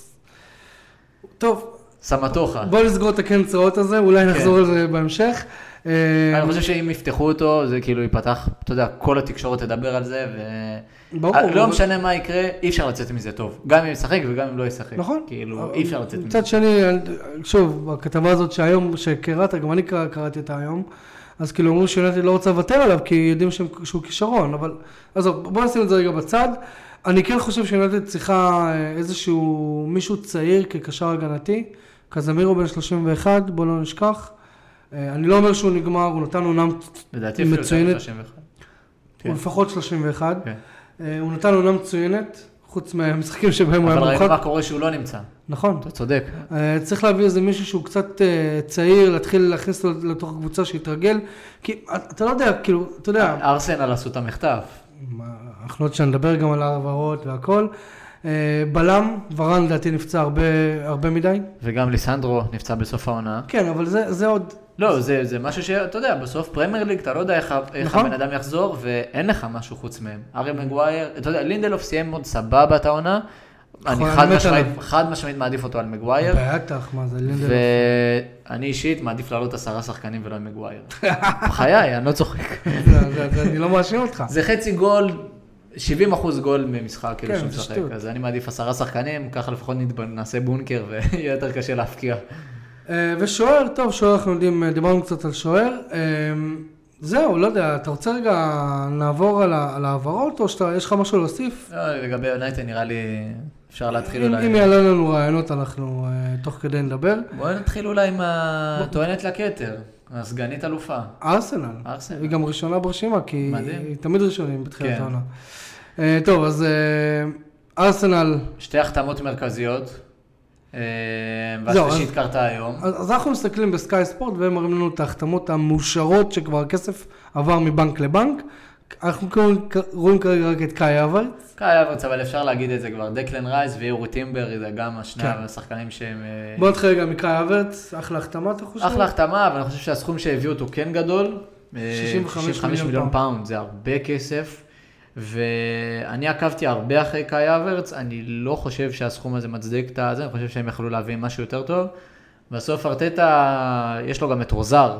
טוב. סמטוחה. בוא נסגור את הכן צרעות הזה, אולי נחזור על זה בהמשך. אני חושב שאם יפתחו אותו, זה כאילו ייפתח, אתה יודע, כל התקשורת תדבר על זה, ולא משנה מה יקרה, אי אפשר לצאת מזה טוב. גם אם ישחק וגם אם לא ישחק. נכון. כאילו, אי אפשר לצאת מזה. מצד שני, שוב, בכתבה הזאת שהיום, שקראת, גם אני קראתי אותה היום, אז כאילו אמרו שיונתן לא רוצה לוותר עליו, כי יודעים שהוא כישרון, אבל, אז בוא נשים את זה רגע בצד. אני כן חושב שיונתן צריכה איזשהו מישהו צעיר כקשר הגנתי, קזמירו בן שלושים ואחת, בוא לא נשכח. אני לא אומר שהוא נגמר, הוא נתן עונה מצוינת. הוא לפחות שלושים ואחת. הוא נתן עונה מצוינת, חוץ מהמשחקים שבהם הוא היה מורחק. אבל ראינו מה קורה שהוא לא נמצא. נכון. אתה צודק. צריך להביא איזה מישהו שהוא קצת צעיר, להתחיל להכניס לו לתוך הקבוצה שיתרגל, כי אתה לא יודע, כאילו, אתה יודע... ארסנל עשו את המחטף. אנחנו עוד שנדבר גם על העברות והכל. בלם, ורן לדעתי נפצע הרבה, הרבה מדי. וגם ליסנדרו נפצע בסוף העונה. כן, אבל זה, זה עוד... לא, זה, זה משהו שאתה יודע, בסוף פרמייר ליג, אתה לא יודע איך, איך נכון? הבן אדם יחזור, ואין לך משהו חוץ מהם. ארי מגווייר, אתה יודע, לינדלוף סיים מאוד סבבה את העונה, אני חד משמעית, חד משמעית מעדיף אותו על מגווייר. בטח, מה זה לינדלוף? ואני אישית מעדיף לעלות עשרה שחקנים ולא על מגווייר. בחיי, אני לא צוחק. אני לא מאשים אותך. זה חצי גול, שבעים אחוז גול ממשחק, כאילו שהוא משחק. אז אני מעדיף עשרה שחקנים, ככה לפחות נעשה בונקר, ויהיה יותר קשה להפקיע. ושוער, טוב, שוער, אנחנו יודעים, דיברנו קצת על שוער. זהו, לא יודע, אתה רוצה רגע לעבור על העברות, או שיש לך משהו להוסיף? לא, לגבי יונייטד נראה לי אפשר להתחיל אולי... אם יעלה לנו רעיונות, אנחנו תוך כדי נדבר. בואו נתחיל אולי עם הטוענת לכתר, הסגנית אלופה. ארסנל. היא גם ראשונה ברשימה, כי היא תמיד ראשונים בתחילת העונה. טוב, אז ארסנל... שתי החתמות מרכזיות. והשלישית קרתה היום. אז אנחנו מסתכלים בסקאי ספורט והם מראים לנו את ההחתמות המאושרות שכבר הכסף עבר מבנק לבנק. אנחנו רואים כרגע רק את קאי אברץ. קאי אברץ, אבל אפשר להגיד את זה כבר. דקלן רייס ויורי טימבר, זה גם השני השחקנים שהם... בוא נתחיל רגע מקאי אברץ, אחלה החתמה אתה חושב? אחלה החתמה, אבל אני חושב שהסכום שהביאו אותו כן גדול. שישים וחמש מיליון פאונד, זה הרבה כסף. ואני עקבתי הרבה אחרי קאי אברץ, אני לא חושב שהסכום הזה מצדיק את זה, אני חושב שהם יכלו להביא משהו יותר טוב. בסוף ארטטה, יש לו גם את רוזר,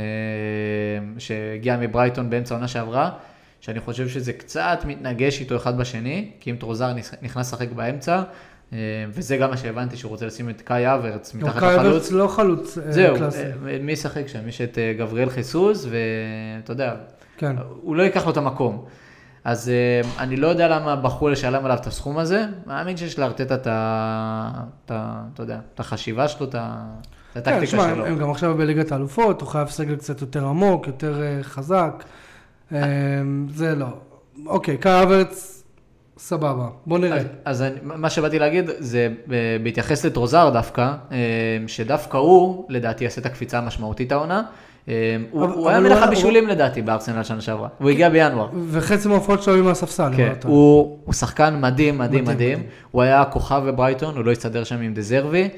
שהגיע מברייטון באמצע העונה שעברה, שאני חושב שזה קצת מתנגש איתו אחד בשני, כי אם טרוזר נכנס לשחק באמצע, וזה גם מה שהבנתי שהוא רוצה לשים את קאי אברץ מתחת לחלוץ. קאי אברץ לא חלוץ קלאסי. זהו, מי ישחק שם? יש את גבריאל חיסוס, ואתה יודע, הוא לא ייקח לו את המקום. אז uh, אני לא יודע למה בחרו לשלם עליו את הסכום הזה, מאמין שיש לארטטה את ה... אתה יודע, את החשיבה שלו, את הטקטיקה כן, שמה, שלו. הם גם עכשיו בליגת האלופות, הוא חייב סגל קצת יותר עמוק, יותר uh, חזק, uh, זה לא. אוקיי, קאי אברץ, סבבה, בוא נראה. אז, אז אני, מה שבאתי להגיד זה בהתייחס לטרוזר דווקא, שדווקא הוא לדעתי יעשה את הקפיצה המשמעותית העונה, הוא היה מלך הבישולים לדעתי בארסנל שנה שעברה, הוא הגיע בינואר. וחצי מההופעות שלו היו מהספסל. הוא שחקן מדהים, מדהים, מדהים. הוא היה כוכב בברייטון, הוא לא הסתדר שם עם דזרבי.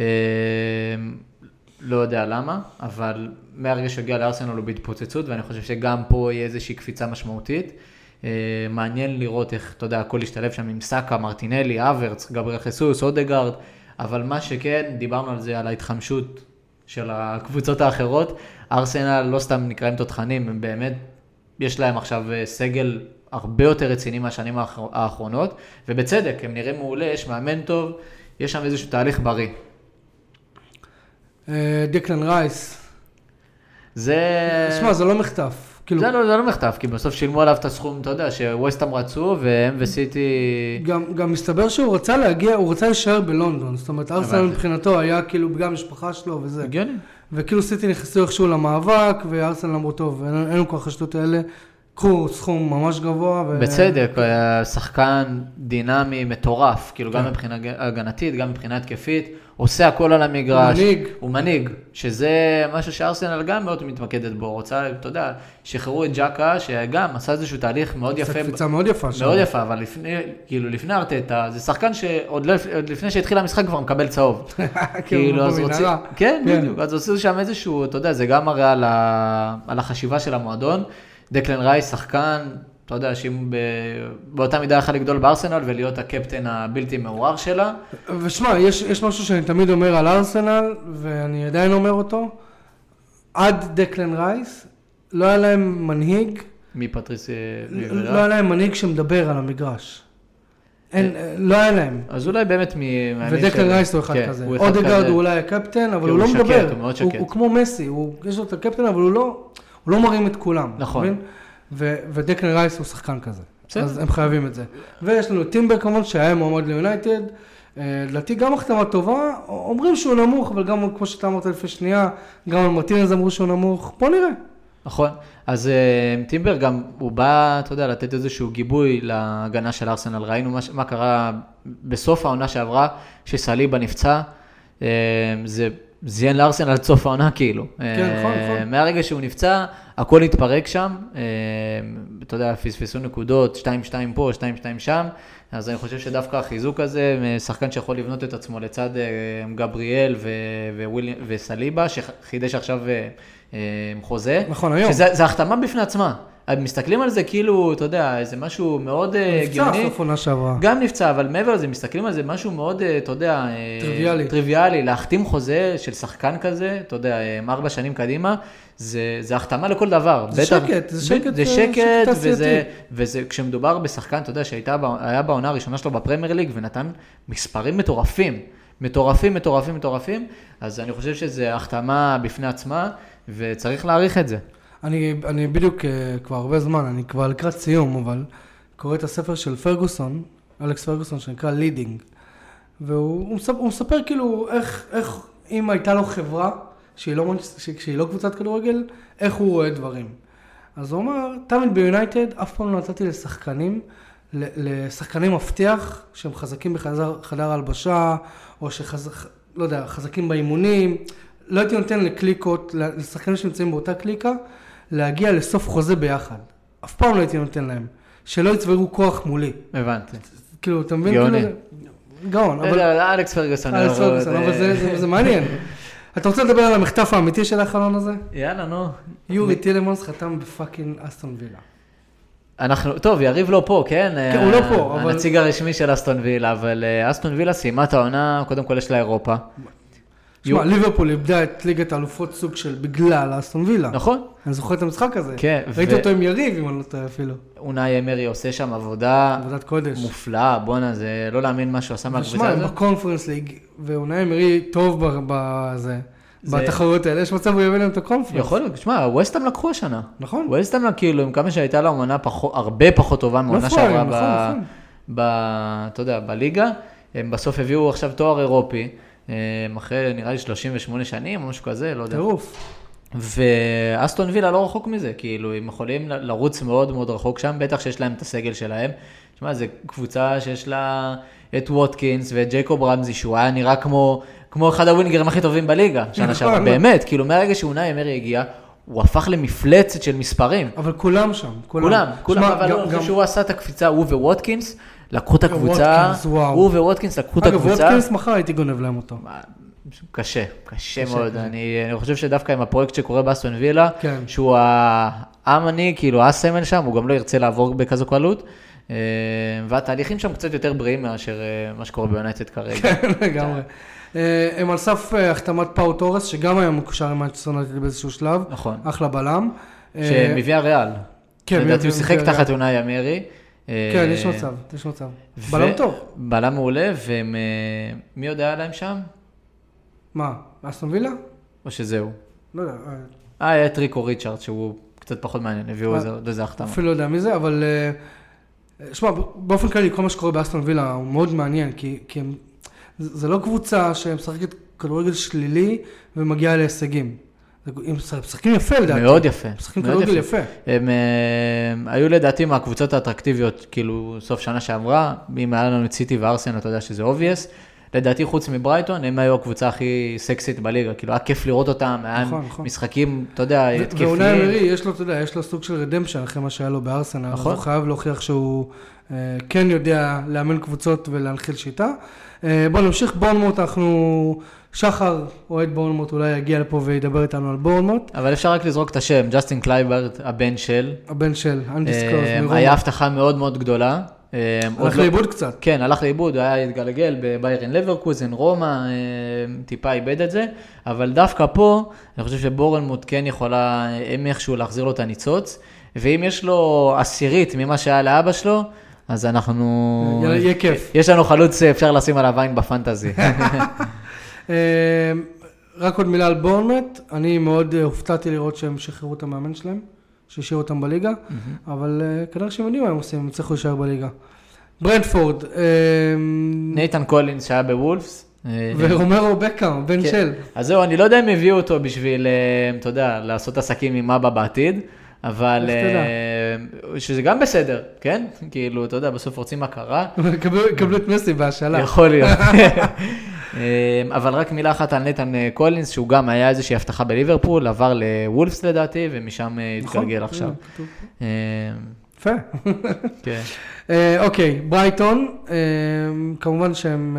לא יודע למה, אבל מהרגע שהגיע לארסנל הוא בהתפוצצות, ואני חושב שגם פה יהיה איזושהי קפיצה משמעותית. מעניין לראות איך, אתה יודע, הכל ישתלב שם עם סאקה, מרטינלי, אברץ, גבריאל חיסוס, אודגרד, אבל מה שכן, דיברנו על זה, על ההתחמשות של הקבוצות האחרות. ארסנל לא סתם נקראים תותחנים, הם באמת, יש להם עכשיו סגל הרבה יותר רציני מהשנים האחרונות, ובצדק, הם נראים מעולה, יש מאמן טוב, יש שם איזשהו תהליך בריא. דקלן רייס. זה... תשמע, זה לא מחטף. כאילו... זה, לא, זה לא מחטף, כי בסוף שילמו עליו את הסכום, אתה יודע, שווסטהאם רצו, והם וסיטי... גם, גם מסתבר שהוא רצה להגיע, הוא רצה להישאר בלונדון, זאת אומרת, ארסנל מבחינתו היה כאילו בגלל המשפחה שלו וזה. הגיוני. וכאילו סיטי נכנסו איכשהו למאבק, וארסנל אמרו טוב, אין לנו כל החשדות האלה, קחו סכום ממש גבוה. ו... בצדק, הוא היה שחקן דינמי מטורף, כאילו גם מבחינה הגנתית, גם מבחינה התקפית, עושה הכל על המגרש. הוא מנהיג. הוא מנהיג, שזה משהו שארסנל גם מאוד מתמקדת בו, רוצה, אתה יודע, שחררו את ג'קה, שגם עשה איזשהו תהליך מאוד יפה. עשה קפיצה מאוד יפה. מאוד יפה, אבל לפני, כאילו לפני ארטטה, זה שחקן שעוד לפני שהתחיל המשחק כבר מקבל צהוב. כאילו, אז רוצים, כן, בדיוק, אז עושים שם איזשהו, אתה יודע, זה גם מראה על החשיבה של המועדון. דקלן רייס, שחקן, אתה יודע, שאם באותה מידה יכול לגדול בארסנל ולהיות הקפטן הבלתי מעורר שלה. ושמע, יש, יש משהו שאני תמיד אומר על ארסנל, ואני עדיין אומר אותו, עד דקלן רייס, לא היה להם מנהיג, מפטריס... לא היה להם מנהיג שמדבר על המגרש. אין, לא היה להם. אז אולי באמת מ... ודקלן רייס הוא אחד כזה. אודגרד הוא אולי הקפטן, אבל הוא לא מדבר. הוא מאוד שקט. הוא כמו מסי, יש לו את הקפטן, אבל הוא לא... הוא לא מרים את כולם. נכון. ודקלן רייס הוא שחקן כזה. אז הם חייבים את זה. ויש לנו טימבר כמובן שהיה מועמד ליונייטד. לדעתי גם החתמה טובה. אומרים שהוא נמוך, אבל גם כמו שאתה אמרת לפני שנייה, גם על מרטינז אמרו שהוא נמוך. בוא נראה. נכון. אז טימבר גם, הוא בא, אתה יודע, לתת איזשהו גיבוי להגנה של ארסנל. ראינו מה, מה קרה בסוף העונה שעברה, שסליבה נפצע. זה... זיין לארסנל עד סוף העונה כאילו. כן, נכון, נכון. מהרגע שהוא נפצע, הכל התפרק שם, אתה יודע, פספסו נקודות, שתיים שתיים פה, שתיים שתיים שם, אז אני חושב שדווקא החיזוק הזה, שחקן שיכול לבנות את עצמו לצד גבריאל וסליבה, שחידש עכשיו חוזה. נכון, היום. שזה החתמה בפני עצמה. מסתכלים על זה כאילו, אתה יודע, זה משהו מאוד גאוני. נפצע סוף עונה שעברה. גם נפצע, אבל מעבר לזה, מסתכלים על זה משהו מאוד, אתה יודע, טריוויאלי. טריוויאלי, להחתים חוזה של שחקן כזה, אתה יודע, ארבע שנים קדימה, זה, זה החתמה לכל דבר. זה בטח, שקט, זה שקט. זה שקט, וזה, וזה, כשמדובר בשחקן, אתה יודע, שהיה בעונה הראשונה שלו בפרמייר ליג, ונתן מספרים מטורפים, מטורפים, מטורפים, מטורפים, אז אני חושב שזה החתמה בפני עצמה, וצריך להעריך את זה. אני, אני בדיוק כבר הרבה זמן, אני כבר לקראת סיום, אבל קורא את הספר של פרגוסון, אלכס פרגוסון, שנקרא לידינג, והוא מספר, הוא מספר כאילו איך, איך אם הייתה לו חברה, שהיא לא, שהיא לא קבוצת כדורגל, איך הוא רואה דברים. אז הוא אומר, תמיד ביונייטד, אף פעם לא נתתי לשחקנים, לשחקנים מבטיח, שהם חזקים בחדר חדר הלבשה, או שחזקים, לא יודע, חזקים באימונים, לא הייתי נותן לקליקות, לשחקנים שנמצאים באותה קליקה, להגיע לסוף חוזה ביחד. אף פעם לא הייתי נותן להם. שלא יצברו כוח מולי. הבנתי. כאילו, אתה מבין? גאוני. גאון. אלכס פרגוסון. אלכס פרגוסון, אבל זה מעניין. אתה רוצה לדבר על המחטף האמיתי של החלון הזה? יאללה, נו. יורי טילמנס חתם בפאקינג אסטון וילה. אנחנו, טוב, יריב לא פה, כן? כן, הוא לא פה, אבל... הנציג הרשמי של אסטון וילה, אבל אסטון וילה סיימה את העונה, קודם כל יש לה אירופה. שמע, ליברפול איבדה את ליגת האלופות סוג של בגלל אסטון וילה. נכון. אני זוכר את המשחק הזה. כן. ראיתי אותו עם יריב, אם אני לא טועה אפילו. אונאי אמרי עושה שם עבודה... עבודת קודש. מופלאה, בואנה, זה לא להאמין מה שהוא עשה מהקבוצה הזאת. ושמע, בקונפרנס ליג, ואונאי אמרי טוב בזה, בתחרויות האלה, יש מצב הוא יביא להם את הקונפרנס. יכול להיות, שמע, ווסטהאם לקחו השנה. נכון. ווסטהאם כאילו, עם כמה שהייתה לה עונה הרבה פחות טובה מעונה שעברה אתה יודע, בליגה. הם בסוף הביאו עכשיו תואר אירופי. אחרי נראה לי שלושים ושמונה שנים או משהו כזה, לא יודע. טירוף. ואסטון וילה לא רחוק מזה, כאילו הם יכולים לרוץ מאוד מאוד רחוק שם, בטח שיש להם את הסגל שלהם. תשמע, זו קבוצה שיש לה את ווטקינס ואת ג'ייקוב רמזי, שהוא היה נראה כמו, כמו אחד הווינגרים הכי טובים בליגה, שנה שעברה, באמת, כאילו מהרגע שאונאי אמרי הגיע, הוא הפך למפלצת של מספרים. אבל כולם שם, כולם. כולם, כולם, אבל אני חושב שהוא עשה את הקפיצה, הוא וווטקינס, לקחו את הקבוצה, הוא וווטקינס לקחו את הקבוצה. אגב, ווטקינס מחר הייתי גונב להם אותו. קשה, קשה מאוד. אני חושב שדווקא עם הפרויקט שקורה באסטון וילה, שהוא האמני, כאילו הסמל שם, הוא גם לא ירצה לעבור בכזו קלות, והתהליכים שם קצת יותר בריאים מאשר מה שקורה ביונייטד כרגע. כן, לגמרי. הם על סף החתמת פאו טורס, שגם היה מקושר עם מנצ'סטר יונייטד באיזשהו שלב. נכון. אחלה בלם. שמביא הריאל. כן, לדעתי הוא שיחק תחת אונאי אמרי. כן, יש מצב, יש מצב. בלם טוב. בלם מעולה, ומי יודע עליהם שם? מה, אסטון וילה? או שזהו? לא יודע. אה, היה טריקו ריצ'ארד, שהוא קצת פחות מעניין, הביאו איזה החתמה. אפילו לא יודע מי זה, אבל... שמע, באופן כללי, כל מה שקורה באסטון וילה הוא מאוד מעניין, כי, כי הם, זה לא קבוצה שמשחקת כדורגל שלילי ומגיעה להישגים. הם משחקים יפה לדעתי. מאוד יפה. משחקים כדורגל יפה. הם, הם היו לדעתי מהקבוצות האטרקטיביות, כאילו סוף שנה שעברה, אם היה לנו את סיטי וארסנל, אתה יודע שזה obvious. לדעתי חוץ מברייטון, הם היו הקבוצה הכי סקסית בליגה, כאילו היה כיף לראות אותם, היה נכון, נכון. משחקים, אתה יודע, התקפיים. ואולי אמרי, יש לו, אתה יודע, יש לו סוג של רדמפשן, אחרי מה שהיה לו בארסנל, נכון. אז הוא חייב להוכיח שהוא אה, כן יודע לאמן קבוצות ולהנחיל שיטה. אה, בואו נמשיך, בורנמוט, אנחנו, שחר אוהד בורנמוט, אולי יגיע לפה וידבר איתנו על בורנמוט. אבל אפשר רק לזרוק את השם, ג'סטין קלייברט, הבן של. הבן של, אנדיסקלוס, מרומא. היה הבטחה מאוד מאוד גדולה. הלך לאיבוד קצת. כן, הלך לאיבוד, הוא היה התגלגל בביירן לברקוזן, רומא, טיפה איבד את זה, אבל דווקא פה, אני חושב שבורנמוט כן יכולה איכשהו להחזיר לו את הניצוץ, ואם יש לו עשירית ממה שהיה לאבא שלו, אז אנחנו... יהיה כיף. יש לנו חלוץ, אפשר לשים עליו עין בפנטזי. רק עוד מילה על בורנמוט, אני מאוד הופתעתי לראות שהם שחררו את המאמן שלהם. שהשאירו אותם בליגה, אבל כנראה שהם יודעים מה הם עושים, הם צריכו להישאר בליגה. ברנדפורד. נייתן קולינס שהיה בוולפס. ורומרו בקאם, בן של. אז זהו, אני לא יודע אם הביאו אותו בשביל, אתה יודע, לעשות עסקים עם אבא בעתיד, אבל שזה גם בסדר, כן? כאילו, אתה יודע, בסוף רוצים הכרה. קבלו את מסי בהשאלה. יכול להיות. אבל רק מילה אחת על נייתן קולינס, שהוא גם היה איזושהי הבטחה בליברפול, עבר לוולפס לדעתי, ומשם התגלגל עכשיו. יפה. אוקיי, ברייטון, כמובן שהם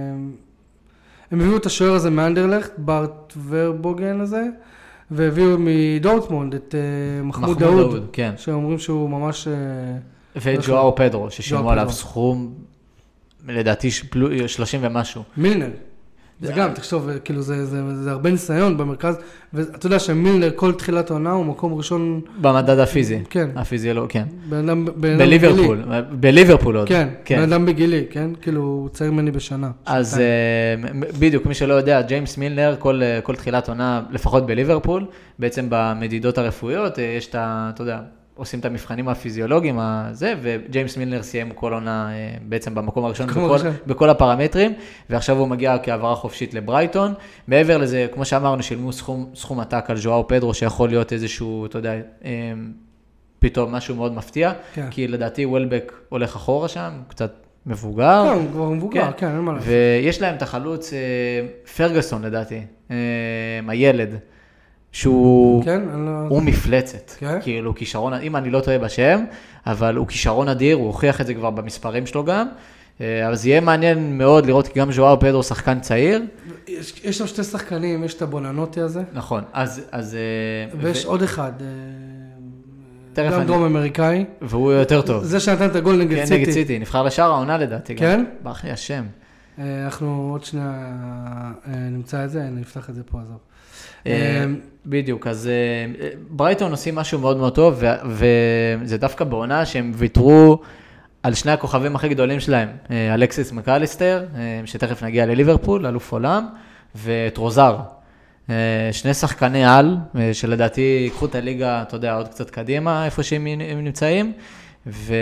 הם הביאו את השוער הזה מאנדרלכט, בארט ורבוגן הזה, והביאו מדורטמונד את מחמוד דאוד, שאומרים שהוא ממש... ואת ג'ואאו פדרו, ששימו עליו סכום... לדעתי שלושים ומשהו. מילנר. זה גם, תחשוב, כאילו זה, זה, זה הרבה ניסיון במרכז, ואתה יודע שמילנר כל תחילת העונה הוא מקום ראשון... במדד הפיזי. כן. הפיזיולוג, כן. בן אדם בליברפול, בליברפול עוד. כן, בן אדם בגילי, כן? כאילו הוא צעיר ממני בשנה. אז בדיוק, מי שלא יודע, ג'יימס מילנר, כל, כל תחילת עונה, לפחות בליברפול, בעצם במדידות הרפואיות, יש את ה, אתה יודע, עושים את המבחנים הפיזיולוגיים, הזה, וג'יימס מילנר סיים כל עונה בעצם במקום הראשון בכל, בכל הפרמטרים, ועכשיו הוא מגיע כעברה חופשית לברייטון. מעבר לזה, כמו שאמרנו, שילמו סכום, סכום עתק על ז'ואאו פדרו, שיכול להיות איזשהו, אתה יודע, פתאום משהו מאוד מפתיע, כן. כי לדעתי וולבק הולך אחורה שם, קצת מבוגר. כן, הוא כבר מבוגר, כן, כן, אין מה לעשות. ויש להם את החלוץ פרגוסון לדעתי, הילד. שהוא כן, הוא לא... מפלצת, כן? כאילו כישרון, אם אני לא טועה בשם, אבל הוא כישרון אדיר, הוא הוכיח את זה כבר במספרים שלו גם, אבל זה יהיה מעניין מאוד לראות, כי גם ז'ואאו פדרו שחקן צעיר. יש, יש שם שתי שחקנים, יש את הבוננוטי הזה. נכון, אז... אז ויש ו... עוד אחד, גם אני... דרום אמריקאי. והוא יותר טוב. זה שנתן את הגול נגד כן, סיטי. נגד סיטי, נבחר לשאר העונה לדעתי. כן? גם. באחי השם. אנחנו עוד שנייה נמצא את זה, נפתח את זה פה, עזוב. בדיוק, אז ברייטון עושים משהו מאוד מאוד טוב, וזה דווקא בעונה שהם ויתרו על שני הכוכבים הכי גדולים שלהם, אלכסיס מקליסטר, שתכף נגיע לליברפול, אלוף עולם, וטרוזר. שני שחקני על, שלדעתי ייקחו את הליגה, אתה יודע, עוד קצת קדימה, איפה שהם נמצאים, ו...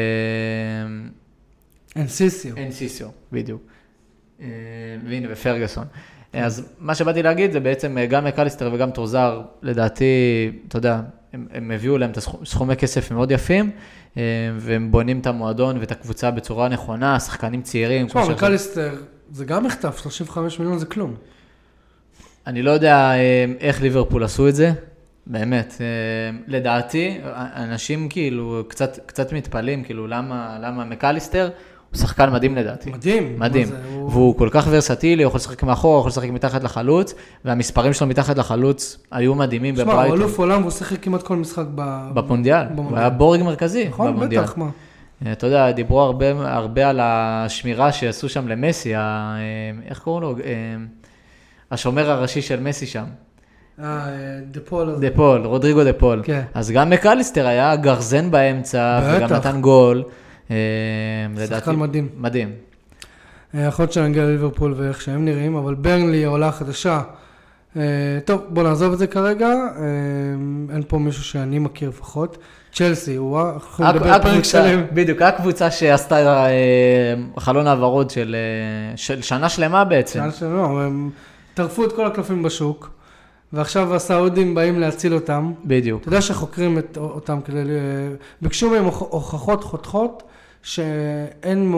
אנסיסיו. אנסיסיו, בדיוק. והנה, ופרגוסון. אז מה שבאתי להגיד זה בעצם גם מקליסטר וגם טרוזר, לדעתי, אתה יודע, הם, הם הביאו להם את סכומי כסף מאוד יפים, והם בונים את המועדון ואת הקבוצה בצורה נכונה, שחקנים צעירים. תשמע, מקליסטר זה גם מחטף, שלושים וחמישה מיליון זה כלום. אני לא יודע איך ליברפול עשו את זה, באמת. לדעתי, אנשים כאילו קצת, קצת מתפעלים, כאילו למה, למה מקליסטר, הוא שחקן מדהים לדעתי. מדהים. מדהים. הוא... והוא כל כך ורסטילי, הוא יכול לשחק מאחור, הוא יכול לשחק מתחת לחלוץ, והמספרים שלו מתחת לחלוץ היו מדהימים בברייטון. שמע, הוא אלוף עולם והוא שחק כמעט כל משחק ב... בפונדיאל. הוא היה בורג מרכזי נכון, במונדיאל. בטח, מה. אתה יודע, דיברו הרבה, הרבה על השמירה שעשו שם למסי, ה... איך קוראים לו? השומר הראשי של מסי שם. אה, דפול. דפול, רודריגו דפול. כן. אז גם מקליסטר היה גרזן באמצע, בטח. וגם נתן גול. שחקן מדהים. מדהים. יכול להיות שנגיע לליברפול ואיך שהם נראים, אבל ברנלי העולה החדשה, טוב, בוא נעזוב את זה כרגע, אין פה מישהו שאני מכיר לפחות. צ'לסי, הוא יכול לדבר פרק שלם. בדיוק, הקבוצה שעשתה חלון העברות של שנה שלמה בעצם. שנה שלמה, הם טרפו את כל הקלפים בשוק, ועכשיו הסעודים באים להציל אותם. בדיוק. אתה יודע שחוקרים אותם כדי, ביקשו מהם הוכחות חותכות, שאין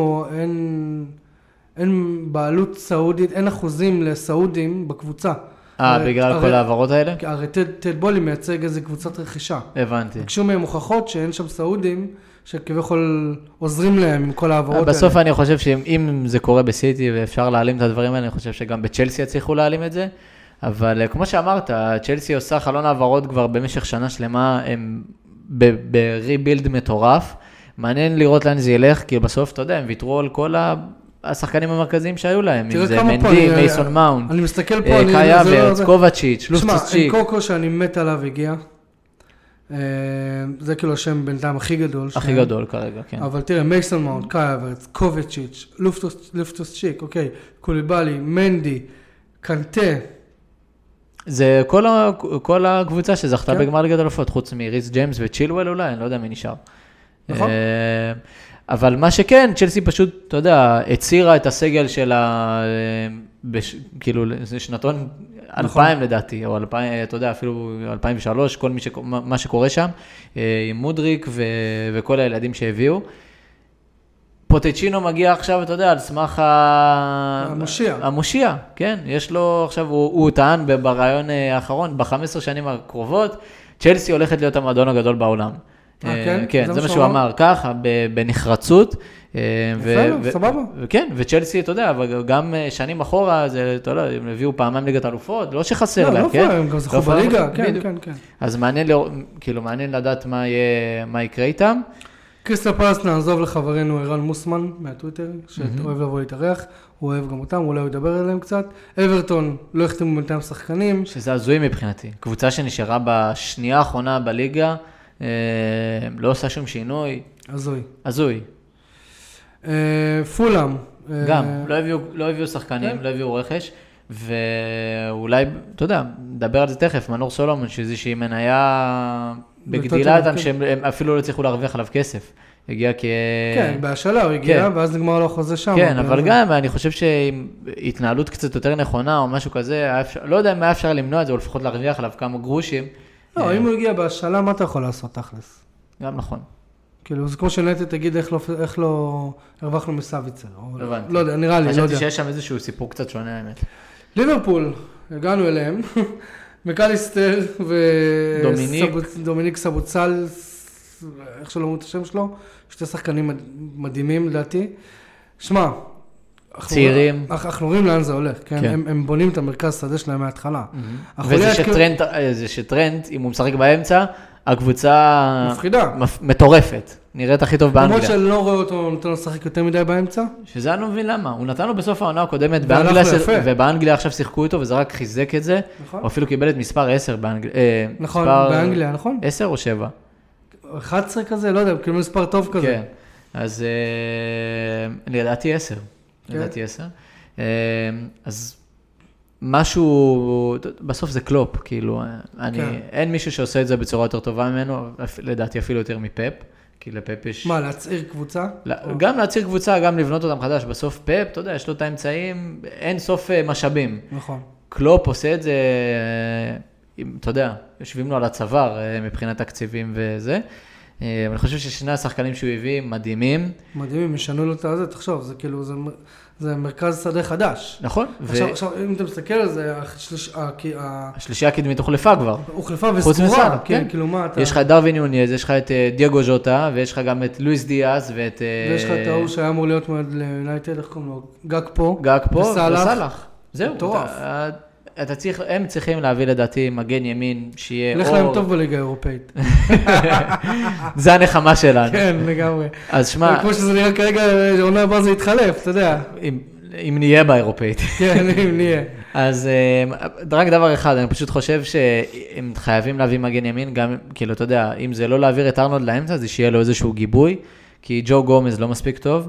בעלות סעודית, אין אחוזים לסעודים בקבוצה. אה, בגלל כל העברות האלה? הרי טד בולי מייצג איזה קבוצת רכישה. הבנתי. ביקשו מהם הוכחות שאין שם סעודים, שכביכול עוזרים להם עם כל העברות האלה. בסוף אני חושב שאם זה קורה בסיטי ואפשר להעלים את הדברים האלה, אני חושב שגם בצ'לסי יצליחו להעלים את זה. אבל כמו שאמרת, צ'לסי עושה חלון העברות כבר במשך שנה שלמה, הם בריבילד מטורף. מעניין לראות לאן זה ילך, כי בסוף, אתה יודע, הם ויתרו על כל השחקנים המרכזיים שהיו להם. אם זה מנדי, מייסון מאונט, אני מסתכל פה, קאי אברץ, קובצ'יץ', לופטוס צ'יק. שמע, אנקוקו שאני מת עליו הגיע. זה כאילו השם בינתיים הכי גדול. הכי גדול כרגע, כן. אבל תראה, מייסון מאונט, קאי אברץ, קובצ'יץ', לופטוס צ'יק, אוקיי, קוליבאלי, מנדי, קנטה. זה כל, ה, כל הקבוצה שזכתה בגמר ליגת האלופות, חוץ מריס ג'יימס וצ'ילואל אולי, אני לא יודע מי נשאר. נכון. אבל מה שכן, צ'לסי פשוט, אתה יודע, הצירה את הסגל של ה... בש, כאילו, זה שנתון אלפיים לדעתי, או אלפיים, אתה יודע, אפילו אלפיים ושלוש, כל מי ש, מה שקורה שם, עם מודריק ו, וכל הילדים שהביאו. פוטצ'ינו מגיע עכשיו, אתה יודע, על סמך המושיע. המושיע, כן. יש לו, עכשיו, הוא, הוא טען ברעיון האחרון, ב-חמש עשרה שנים הקרובות, צ'לסי הולכת להיות המועדון הגדול בעולם. כן, כן, זה מה שהוא אמר, ככה, בנחרצות. יפה, סבבה. כן, וצ'לסי, אתה יודע, אבל גם שנים אחורה, אתה יודע, הם הביאו פעמיים ליגת האלופות, לא שחסר להם, כן? לא, הם גם זכו בליגה, כן, כן, כן. אז מעניין, כאילו, מעניין לדעת מה יקרה איתם. קריסטל פלאס נעזוב לחברנו ערן מוסמן מהטוויטר, שאוהב לבוא להתארח, הוא אוהב גם אותם, אולי הוא ידבר עליהם קצת. אברטון לא החתימו בינתיים שחקנים. שזה הזוי מבחינתי. קבוצה שנשארה בשנייה האחרונה בליגה, לא עושה שום שינוי. הזוי. הזוי. פולאם. גם, לא הביאו שחקנים, לא הביאו רכש, ואולי, אתה יודע, נדבר על זה תכף, מנור סולומון, שאיזושהי מניה בגדילה אותם, שהם אפילו לא צריכו להרוויח עליו כסף. הגיע כ... כן, בהשאלה הוא הגיע, ואז נגמר לו חוזה שם. כן, אבל גם, אני חושב שהתנהלות קצת יותר נכונה, או משהו כזה, לא יודע אם היה אפשר למנוע את זה, או לפחות להרוויח עליו כמה גרושים. לא, אם הוא הגיע בהשאלה, מה אתה יכול לעשות תכלס? גם נכון. כאילו, זה כמו שנטי תגיד איך לא הרווחנו מסביצר. הבנתי. לא יודע, נראה לי, לא יודע. חשבתי שיש שם איזשהו סיפור קצת שונה, האמת. ליברפול, הגענו אליהם, מקליסטר ודומיניק סבוצל, איך שלא אומרים את השם שלו, שתי שחקנים מדהימים לדעתי. שמע, צעירים. אנחנו רואים לאן זה הולך, כן? הם בונים את המרכז שדה שלהם מההתחלה. וזה שטרנט, אם הוא משחק באמצע, הקבוצה... מפחידה. מטורפת. נראית הכי טוב באנגליה. למרות שאני לא רואה אותו נותן לו לשחק יותר מדי באמצע. שזה אני לא מבין למה. הוא נתן לו בסוף העונה הקודמת באנגליה, ובאנגליה עכשיו שיחקו איתו, וזה רק חיזק את זה. נכון. הוא אפילו קיבל את מספר עשר באנגליה. נכון, באנגליה, נכון? עשר או שבע? אחת עשרה כזה, לא יודע, כאילו מספר טוב כזה. כן. אז לדעתי עשר. לדעתי עשר. אז משהו, בסוף זה קלופ, כאילו, אני, אין מישהו שעושה את זה בצורה יותר טובה ממנו, לדעתי אפילו יותר מפאפ, כי לפאפ יש... מה, להצעיר קבוצה? גם להצעיר קבוצה, גם לבנות אותם חדש, בסוף פאפ, אתה יודע, יש לו את האמצעים, אין סוף משאבים. נכון. קלופ עושה את זה, אתה יודע, יושבים לו על הצוואר מבחינת תקציבים וזה, אני חושב ששני השחקנים שהוא הביא מדהימים. מדהימים, ישנו לו את זה, תחשוב, זה כאילו, זה... זה מרכז שדה חדש. נכון. עכשיו, עכשיו, אם אתה מסתכל על זה, השלישייה הקדמית הוחלפה כבר. הוחלפה וסגורה, כן, כאילו מה אתה... יש לך את דרווין יוניז, יש לך את דייגו ז'וטה, ויש לך גם את לואיס דיאז, ואת... ויש לך את ההוא שהיה אמור להיות מועד ליונייטד, איך קוראים לו? גג פה. גג פה וסלח. זהו. מטורף. אתה צריך, הם צריכים להביא לדעתי מגן ימין שיהיה... לך להם טוב בליגה האירופאית. זה הנחמה שלנו. כן, לגמרי. אז שמה... כמו שזה נראה כרגע, עונה הבאה זה יתחלף, אתה יודע. אם נהיה באירופאית. כן, אם נהיה. אז רק דבר אחד, אני פשוט חושב שהם חייבים להביא מגן ימין, גם, כאילו, אתה יודע, אם זה לא להעביר את ארנולד לאמצע, זה שיהיה לו איזשהו גיבוי, כי ג'ו גומז לא מספיק טוב.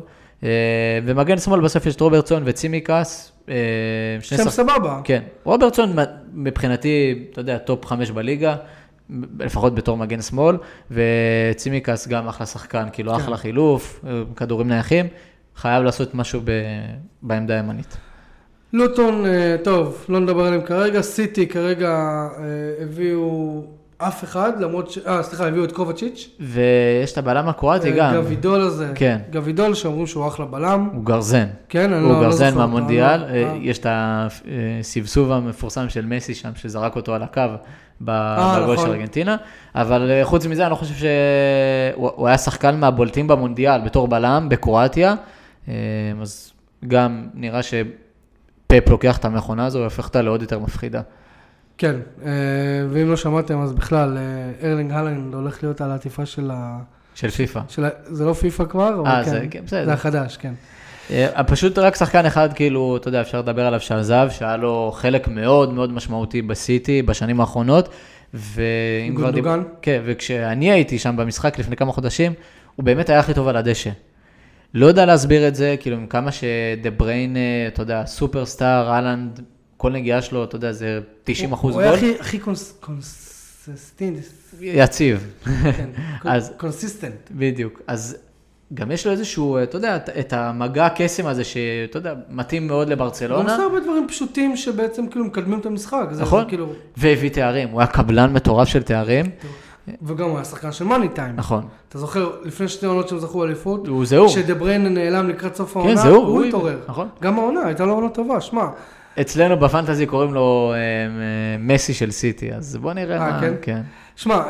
ומגן שמאל בסוף יש רוברטסון וצימקס. שם סבבה. כן, רוברטסון מבחינתי, אתה יודע, טופ חמש בליגה, לפחות בתור מגן שמאל, וצימקס גם אחלה שחקן, כאילו אחלה חילוף, כדורים נייחים, חייב לעשות משהו בעמדה הימנית. לוטון, טוב, לא נדבר עליהם כרגע, סיטי כרגע הביאו אף אחד, למרות ש... אה, סליחה, הביאו את קובצ'יץ'. ויש את הבלם הקרואטי גם. גבידול הזה. כן. גבידול שאומרים שהוא אחלה בלם. הוא גרזן. כן, אני הוא לא... גרזן מהמונדיאל. יש את הסבסוב המפורסם של מסי שם, שזרק אותו על הקו בגול של ארגנטינה. אבל חוץ מזה, אני לא חושב שהוא היה שחקן מהבולטים במונדיאל, בתור בלם, בקרואטיה. אז גם נראה שפפ לוקח את המכונה הזו, והופך אותה לעוד יותר מפחידה. כן, ואם לא שמעתם, אז בכלל, ארלינג הלנד הולך להיות על העטיפה של ה... של פיפה. זה לא פיפה כבר, אבל כן, זה החדש, כן. פשוט רק שחקן אחד, כאילו, אתה יודע, אפשר לדבר עליו שעזב, שהיה לו חלק מאוד מאוד משמעותי בסיטי בשנים האחרונות, גונדוגן? כן, וכשאני הייתי שם במשחק לפני כמה חודשים, הוא באמת היה הכי טוב על הדשא. לא יודע להסביר את זה, כאילו, עם כמה שדה בריין, אתה יודע, סופרסטאר, הלנד, כל נגיעה שלו, אתה יודע, זה תשעים אחוז גול. הוא היה הכי קונסיסטנט. יציב. כן, קונסיסטנט. בדיוק. אז גם יש לו איזשהו, אתה יודע, את המגע הקסם הזה, שאתה יודע, מתאים מאוד לברצלונה. הוא עושה הרבה דברים פשוטים שבעצם כאילו מקדמים את המשחק. נכון. והביא תארים. הוא היה קבלן מטורף של תארים. וגם הוא היה שחקן של מאני טיים. נכון. אתה זוכר, לפני שתי עונות שהם זכו אליפות, הוא זהו. כשדה בריין נעלם לקראת סוף העונה, כן, זהו. הוא התעורר. נכון. גם העונה, הייתה לו עונה טובה, שמע. אצלנו בפנטזי קוראים לו מסי של סיטי, אז בוא נראה מה. כן. שמע,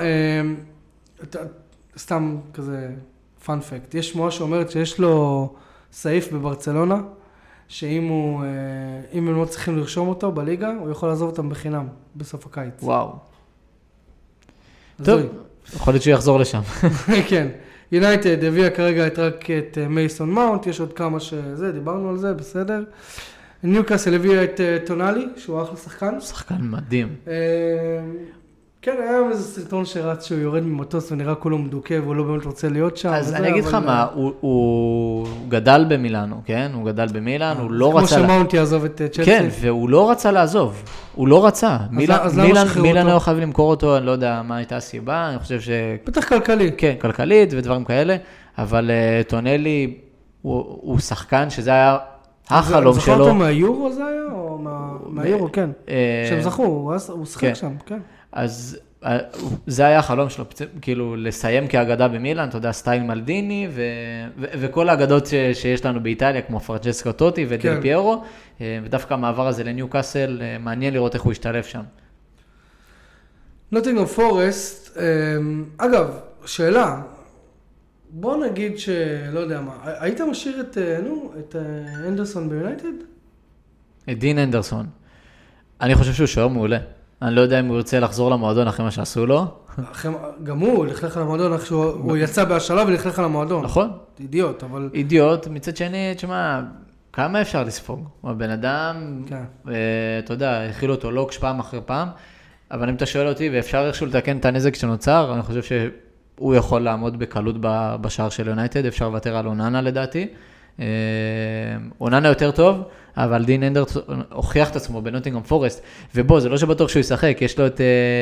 סתם כזה פאנ פקט, יש שמועה שאומרת שיש לו סעיף בברצלונה, שאם הוא, אם הם לא צריכים לרשום אותו בליגה, הוא יכול לעזוב אותם בחינם בסוף הקיץ. וואו. טוב, יכול להיות שהוא יחזור לשם. כן. יונייטד הביאה כרגע רק את מייסון מאונט, יש עוד כמה שזה, דיברנו על זה, בסדר. ניוקאסל הביאה את טונאלי, שהוא אחלה שחקן. שחקן מדהים. כן, היה איזה סרטון שרץ שהוא יורד ממטוס ונראה כולו מדוכא, והוא לא באמת רוצה להיות שם. אז אני אגיד לך מה, הוא גדל במילאנו, כן? הוא גדל במילאן, הוא לא רצה... כמו שמאונט יעזוב את צ'לסי. כן, והוא לא רצה לעזוב. הוא לא רצה. מילאן לא חייב למכור אותו, אני לא יודע מה הייתה הסיבה, אני חושב ש... בטח כלכלי. כן, כלכלית ודברים כאלה, אבל טונאלי הוא שחקן שזה היה... החלום שלו. זכרת אותו מהיורו זה היה? או מהיורו, כן. שהם זכו, הוא שחק שם, כן. אז זה היה החלום שלו, כאילו לסיים כאגדה במילאן, אתה יודע, סטייל מלדיני, וכל האגדות שיש לנו באיטליה, כמו פרנצ'סקו טוטי ודל פיירו, ודווקא המעבר הזה לניוקאסל, מעניין לראות איך הוא ישתלב שם. נוטינגהאם פורסט, אגב, שאלה, בוא נגיד שלא יודע מה, היית משאיר את, נו, את אנדרסון ביונייטד? את דין אנדרסון. אני חושב שהוא שוער מעולה. אני לא יודע אם הוא ירצה לחזור למועדון אחרי מה שעשו לו. גם הוא, לכלך על המועדון, הוא יצא בהשאלה ולכלך על המועדון. נכון. אידיוט, אבל... אידיוט, מצד שני, תשמע, כמה אפשר לספוג? הבן אדם, אתה יודע, הכיל אותו לוקש פעם אחרי פעם, אבל אם אתה שואל אותי, ואפשר איכשהו לתקן את הנזק שנוצר, אני חושב שהוא יכול לעמוד בקלות בשער של יונייטד, אפשר לוותר על אוננה לדעתי. אוננה יותר טוב, אבל דין אנדרסון הוכיח את עצמו בנוטינגהאם פורסט, ובו, זה לא שבטוח שהוא ישחק, יש לו את...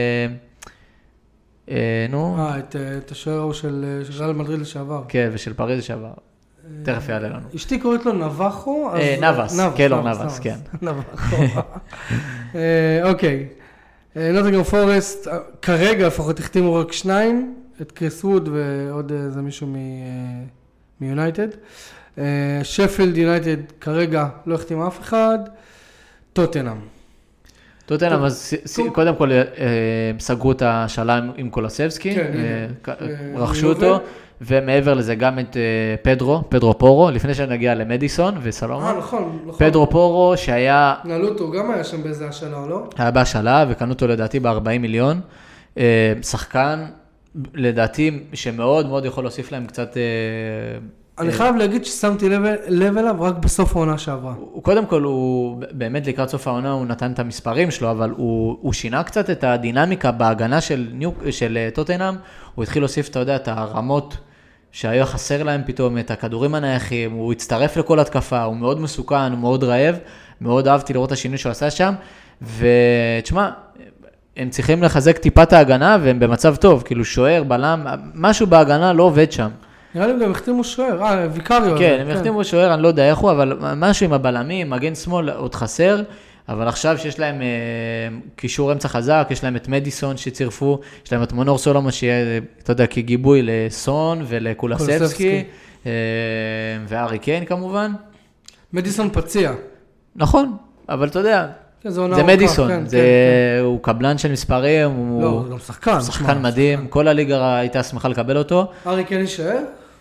נו... אה, את השוער של ריאל מדריד לשעבר. כן, ושל פריז לשעבר. תכף יעלה לנו. אשתי קוראת לו נבחו. נבס, קלור נבס, כן. נבחו. אוקיי. נוטינגהאם פורסט, כרגע לפחות החתימו רק שניים, את קריס ווד ועוד איזה מישהו מיונייטד. שפילד יונייטד כרגע לא החתימה אף אחד, טוטנהאם. טוטנהאם, אז קודם כל סגרו את השאלה עם קולוסבסקי, רכשו אותו, ומעבר לזה גם את פדרו, פדרו פורו, לפני שנגיע למדיסון וסלומה. אה, נכון, נכון. פדרו פורו שהיה... נעלו אותו, גם היה שם באיזה השאלה, או לא? היה בהשאלה, וקנו אותו לדעתי ב-ארבעים מיליון. שחקן, לדעתי, שמאוד מאוד יכול להוסיף להם קצת... אני חייב להגיד ששמתי לב אליו רק בסוף העונה שעברה. קודם כל, הוא באמת לקראת סוף העונה, הוא נתן את המספרים שלו, אבל הוא, הוא שינה קצת את הדינמיקה בהגנה של, של טוטנהאם, הוא התחיל להוסיף, אתה יודע, את הרמות שהיה חסר להם פתאום את הכדורים הנייחים, הוא הצטרף לכל התקפה, הוא מאוד מסוכן, הוא מאוד רעב, מאוד אהבתי לראות את השינוי שהוא עשה שם, ותשמע, הם צריכים לחזק טיפת ההגנה, והם במצב טוב, כאילו שוער, בלם, משהו בהגנה לא עובד שם. נראה לי גם החתימו שוער, אה, ויקריו. כן, הם החתימו שוער, אני לא יודע איך הוא, אבל משהו עם הבלמים, מגן שמאל עוד חסר, אבל עכשיו שיש להם אה, קישור אמצע חזק, יש להם את מדיסון שצירפו, יש להם את מונור סולומון שיהיה, אתה יודע, כגיבוי לסון ולקולסבסקי, אה, וארי קיין כמובן. מדיסון פציע. נכון, אבל אתה יודע, כן, זה, זה מדיסון, כן, זה, כן, כן. הוא קבלן של מספרים, הוא, לא, הוא גם שחקן. הוא שחקן מדהים, שחקן. כל הליגה הייתה שמחה לקבל אותו. ארי קיין יישאר?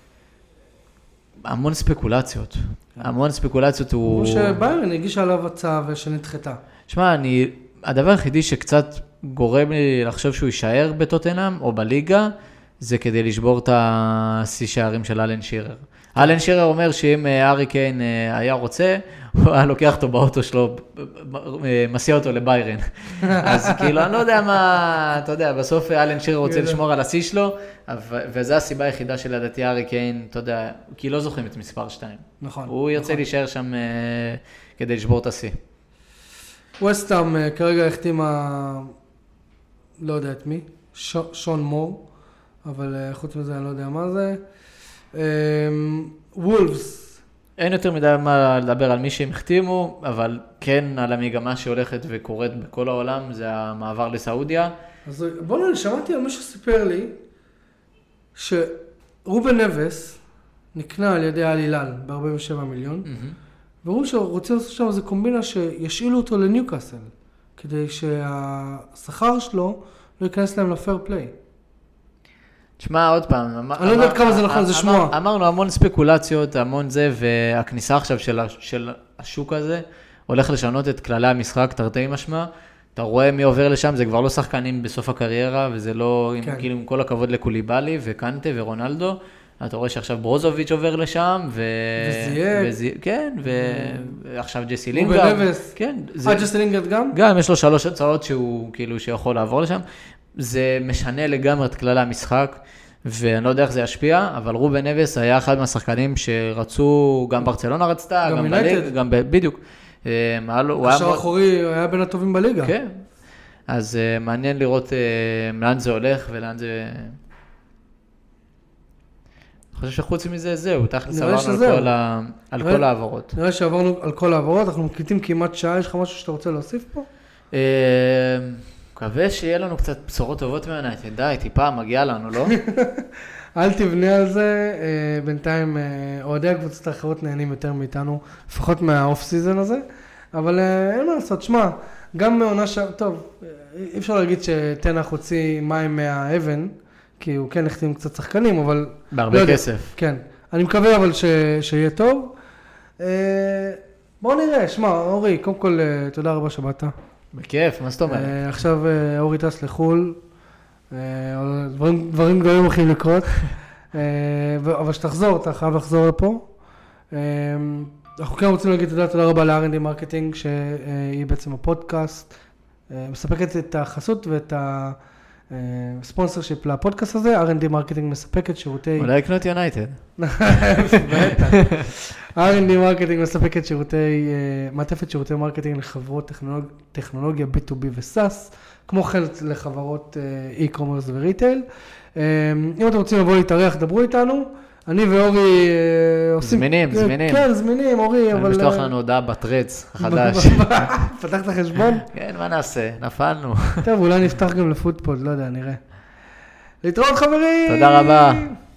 המון ספקולציות, המון ספקולציות הוא... הוא שביירן הגישה עליו הצעה ושנדחתה. שמע, אני, הדבר היחידי שקצת גורם לי לחשוב שהוא יישאר בטוטנהאם או בליגה, זה כדי לשבור את השיא שערים של אלן שירר. אלן שירר אומר שאם ארי קיין היה רוצה, הוא היה לוקח אותו באוטו שלו, מסיע אותו לביירן. אז כאילו, אני לא יודע מה, אתה יודע, בסוף אלן שירר רוצה לשמור על השיא שלו, וזו הסיבה היחידה שלדעתי ארי קיין, אתה יודע, כי לא זוכרים את מספר שתיים. נכון. הוא ירצה להישאר שם כדי לשבור את השיא. ווסטהאם כרגע החתימה, לא יודע את מי, שון מור, אבל חוץ מזה אני לא יודע מה זה. וולפס. אין יותר מדי מה לדבר על מי שהם החתימו, אבל כן על המגמה שהולכת וקורית בכל העולם, זה המעבר לסעודיה. אז בוא נראה, שמעתי על מישהו סיפר לי, שרובן נבס נקנה על ידי אל הילאל ב-ארבעים ושבעה מיליון, והוא שרוצה לעשות שם איזה קומבינה שישאילו אותו לניוקאסל, כדי שהשכר שלו לא ייכנס להם לפייר פליי. תשמע, עוד פעם, אני לא יודעת כמה זה נכון, זה שמוע. אמרנו המון ספקולציות, המון זה, והכניסה עכשיו של השוק הזה הולך לשנות את כללי המשחק, תרתי משמע. אתה רואה מי עובר לשם, זה כבר לא שחקנים בסוף הקריירה, וזה לא, כאילו, עם כל הכבוד לקוליבאלי וקנטה ורונלדו, אתה רואה שעכשיו ברוזוביץ' עובר לשם, וזייק. כן, ועכשיו ג'סי לינגרד. ובנבס. כן. אה, ג'סי לינגרד גם? גם, יש לו שלוש הצעות שהוא, כאילו, שיכול לעבור לשם. זה משנה לגמרי את כללי המשחק, ואני לא יודע איך זה ישפיע, אבל רובן נבס היה אחד מהשחקנים שרצו, גם ברצלונה רצתה, גם יונייטד, גם בדיוק. קשר אחורי היה בין הטובים בליגה. כן, אז מעניין לראות לאן זה הולך ולאן זה... אני חושב שחוץ מזה זהו, תכלס עברנו על כל העברות. נראה שעברנו על כל העברות, אנחנו מקליטים כמעט שעה, יש לך משהו שאתה רוצה להוסיף פה? מקווה שיהיה לנו קצת בשורות טובות מיונייטד, די, טיפה מגיע לנו, לא? אל תבנה על זה, בינתיים אוהדי הקבוצות האחרות נהנים יותר מאיתנו, לפחות מהאוף סיזן הזה, אבל אין מה לעשות, שמע, גם מעונה ש... טוב, אי אפשר להגיד שתנח הוציא מים מהאבן, כי הוא כן החתים קצת שחקנים, אבל... בהרבה כסף. כן, אני מקווה אבל שיהיה טוב. בואו נראה, שמע, אורי, קודם כל, תודה רבה שבאת. בכיף, מה זאת אומרת? עכשיו אורי טס לחול, דברים גדולים הולכים לקרות, אבל שתחזור, אתה חייב לחזור לפה. אנחנו כן רוצים להגיד תודה רבה ל-אר אנד די מרקטינג, שהיא בעצם הפודקאסט, מספקת את החסות ואת הספונסרשיפ לפודקאסט הזה. אר אנד די מרקטינג מספקת שירותי... אולי יקנות יונייטד. אר אנד די מרקטינג מספקת שירותי, מעטפת שירותי מרקטינג לחברות טכנולוגיה בי טו בי ו-סאס, כמו כן לחברות אי-קומרס וריטייל. אם אתם רוצים לבוא להתארח, דברו איתנו. אני ואורי עושים... זמינים, זמינים. כן, זמינים, אורי, אבל... אני משלוח לנו הודעה בטרץ החדש. פתחת חשבון? כן, מה נעשה? נפלנו. טוב, אולי נפתח גם לפוטפוד, לא יודע, נראה. להתראות חברים! תודה רבה.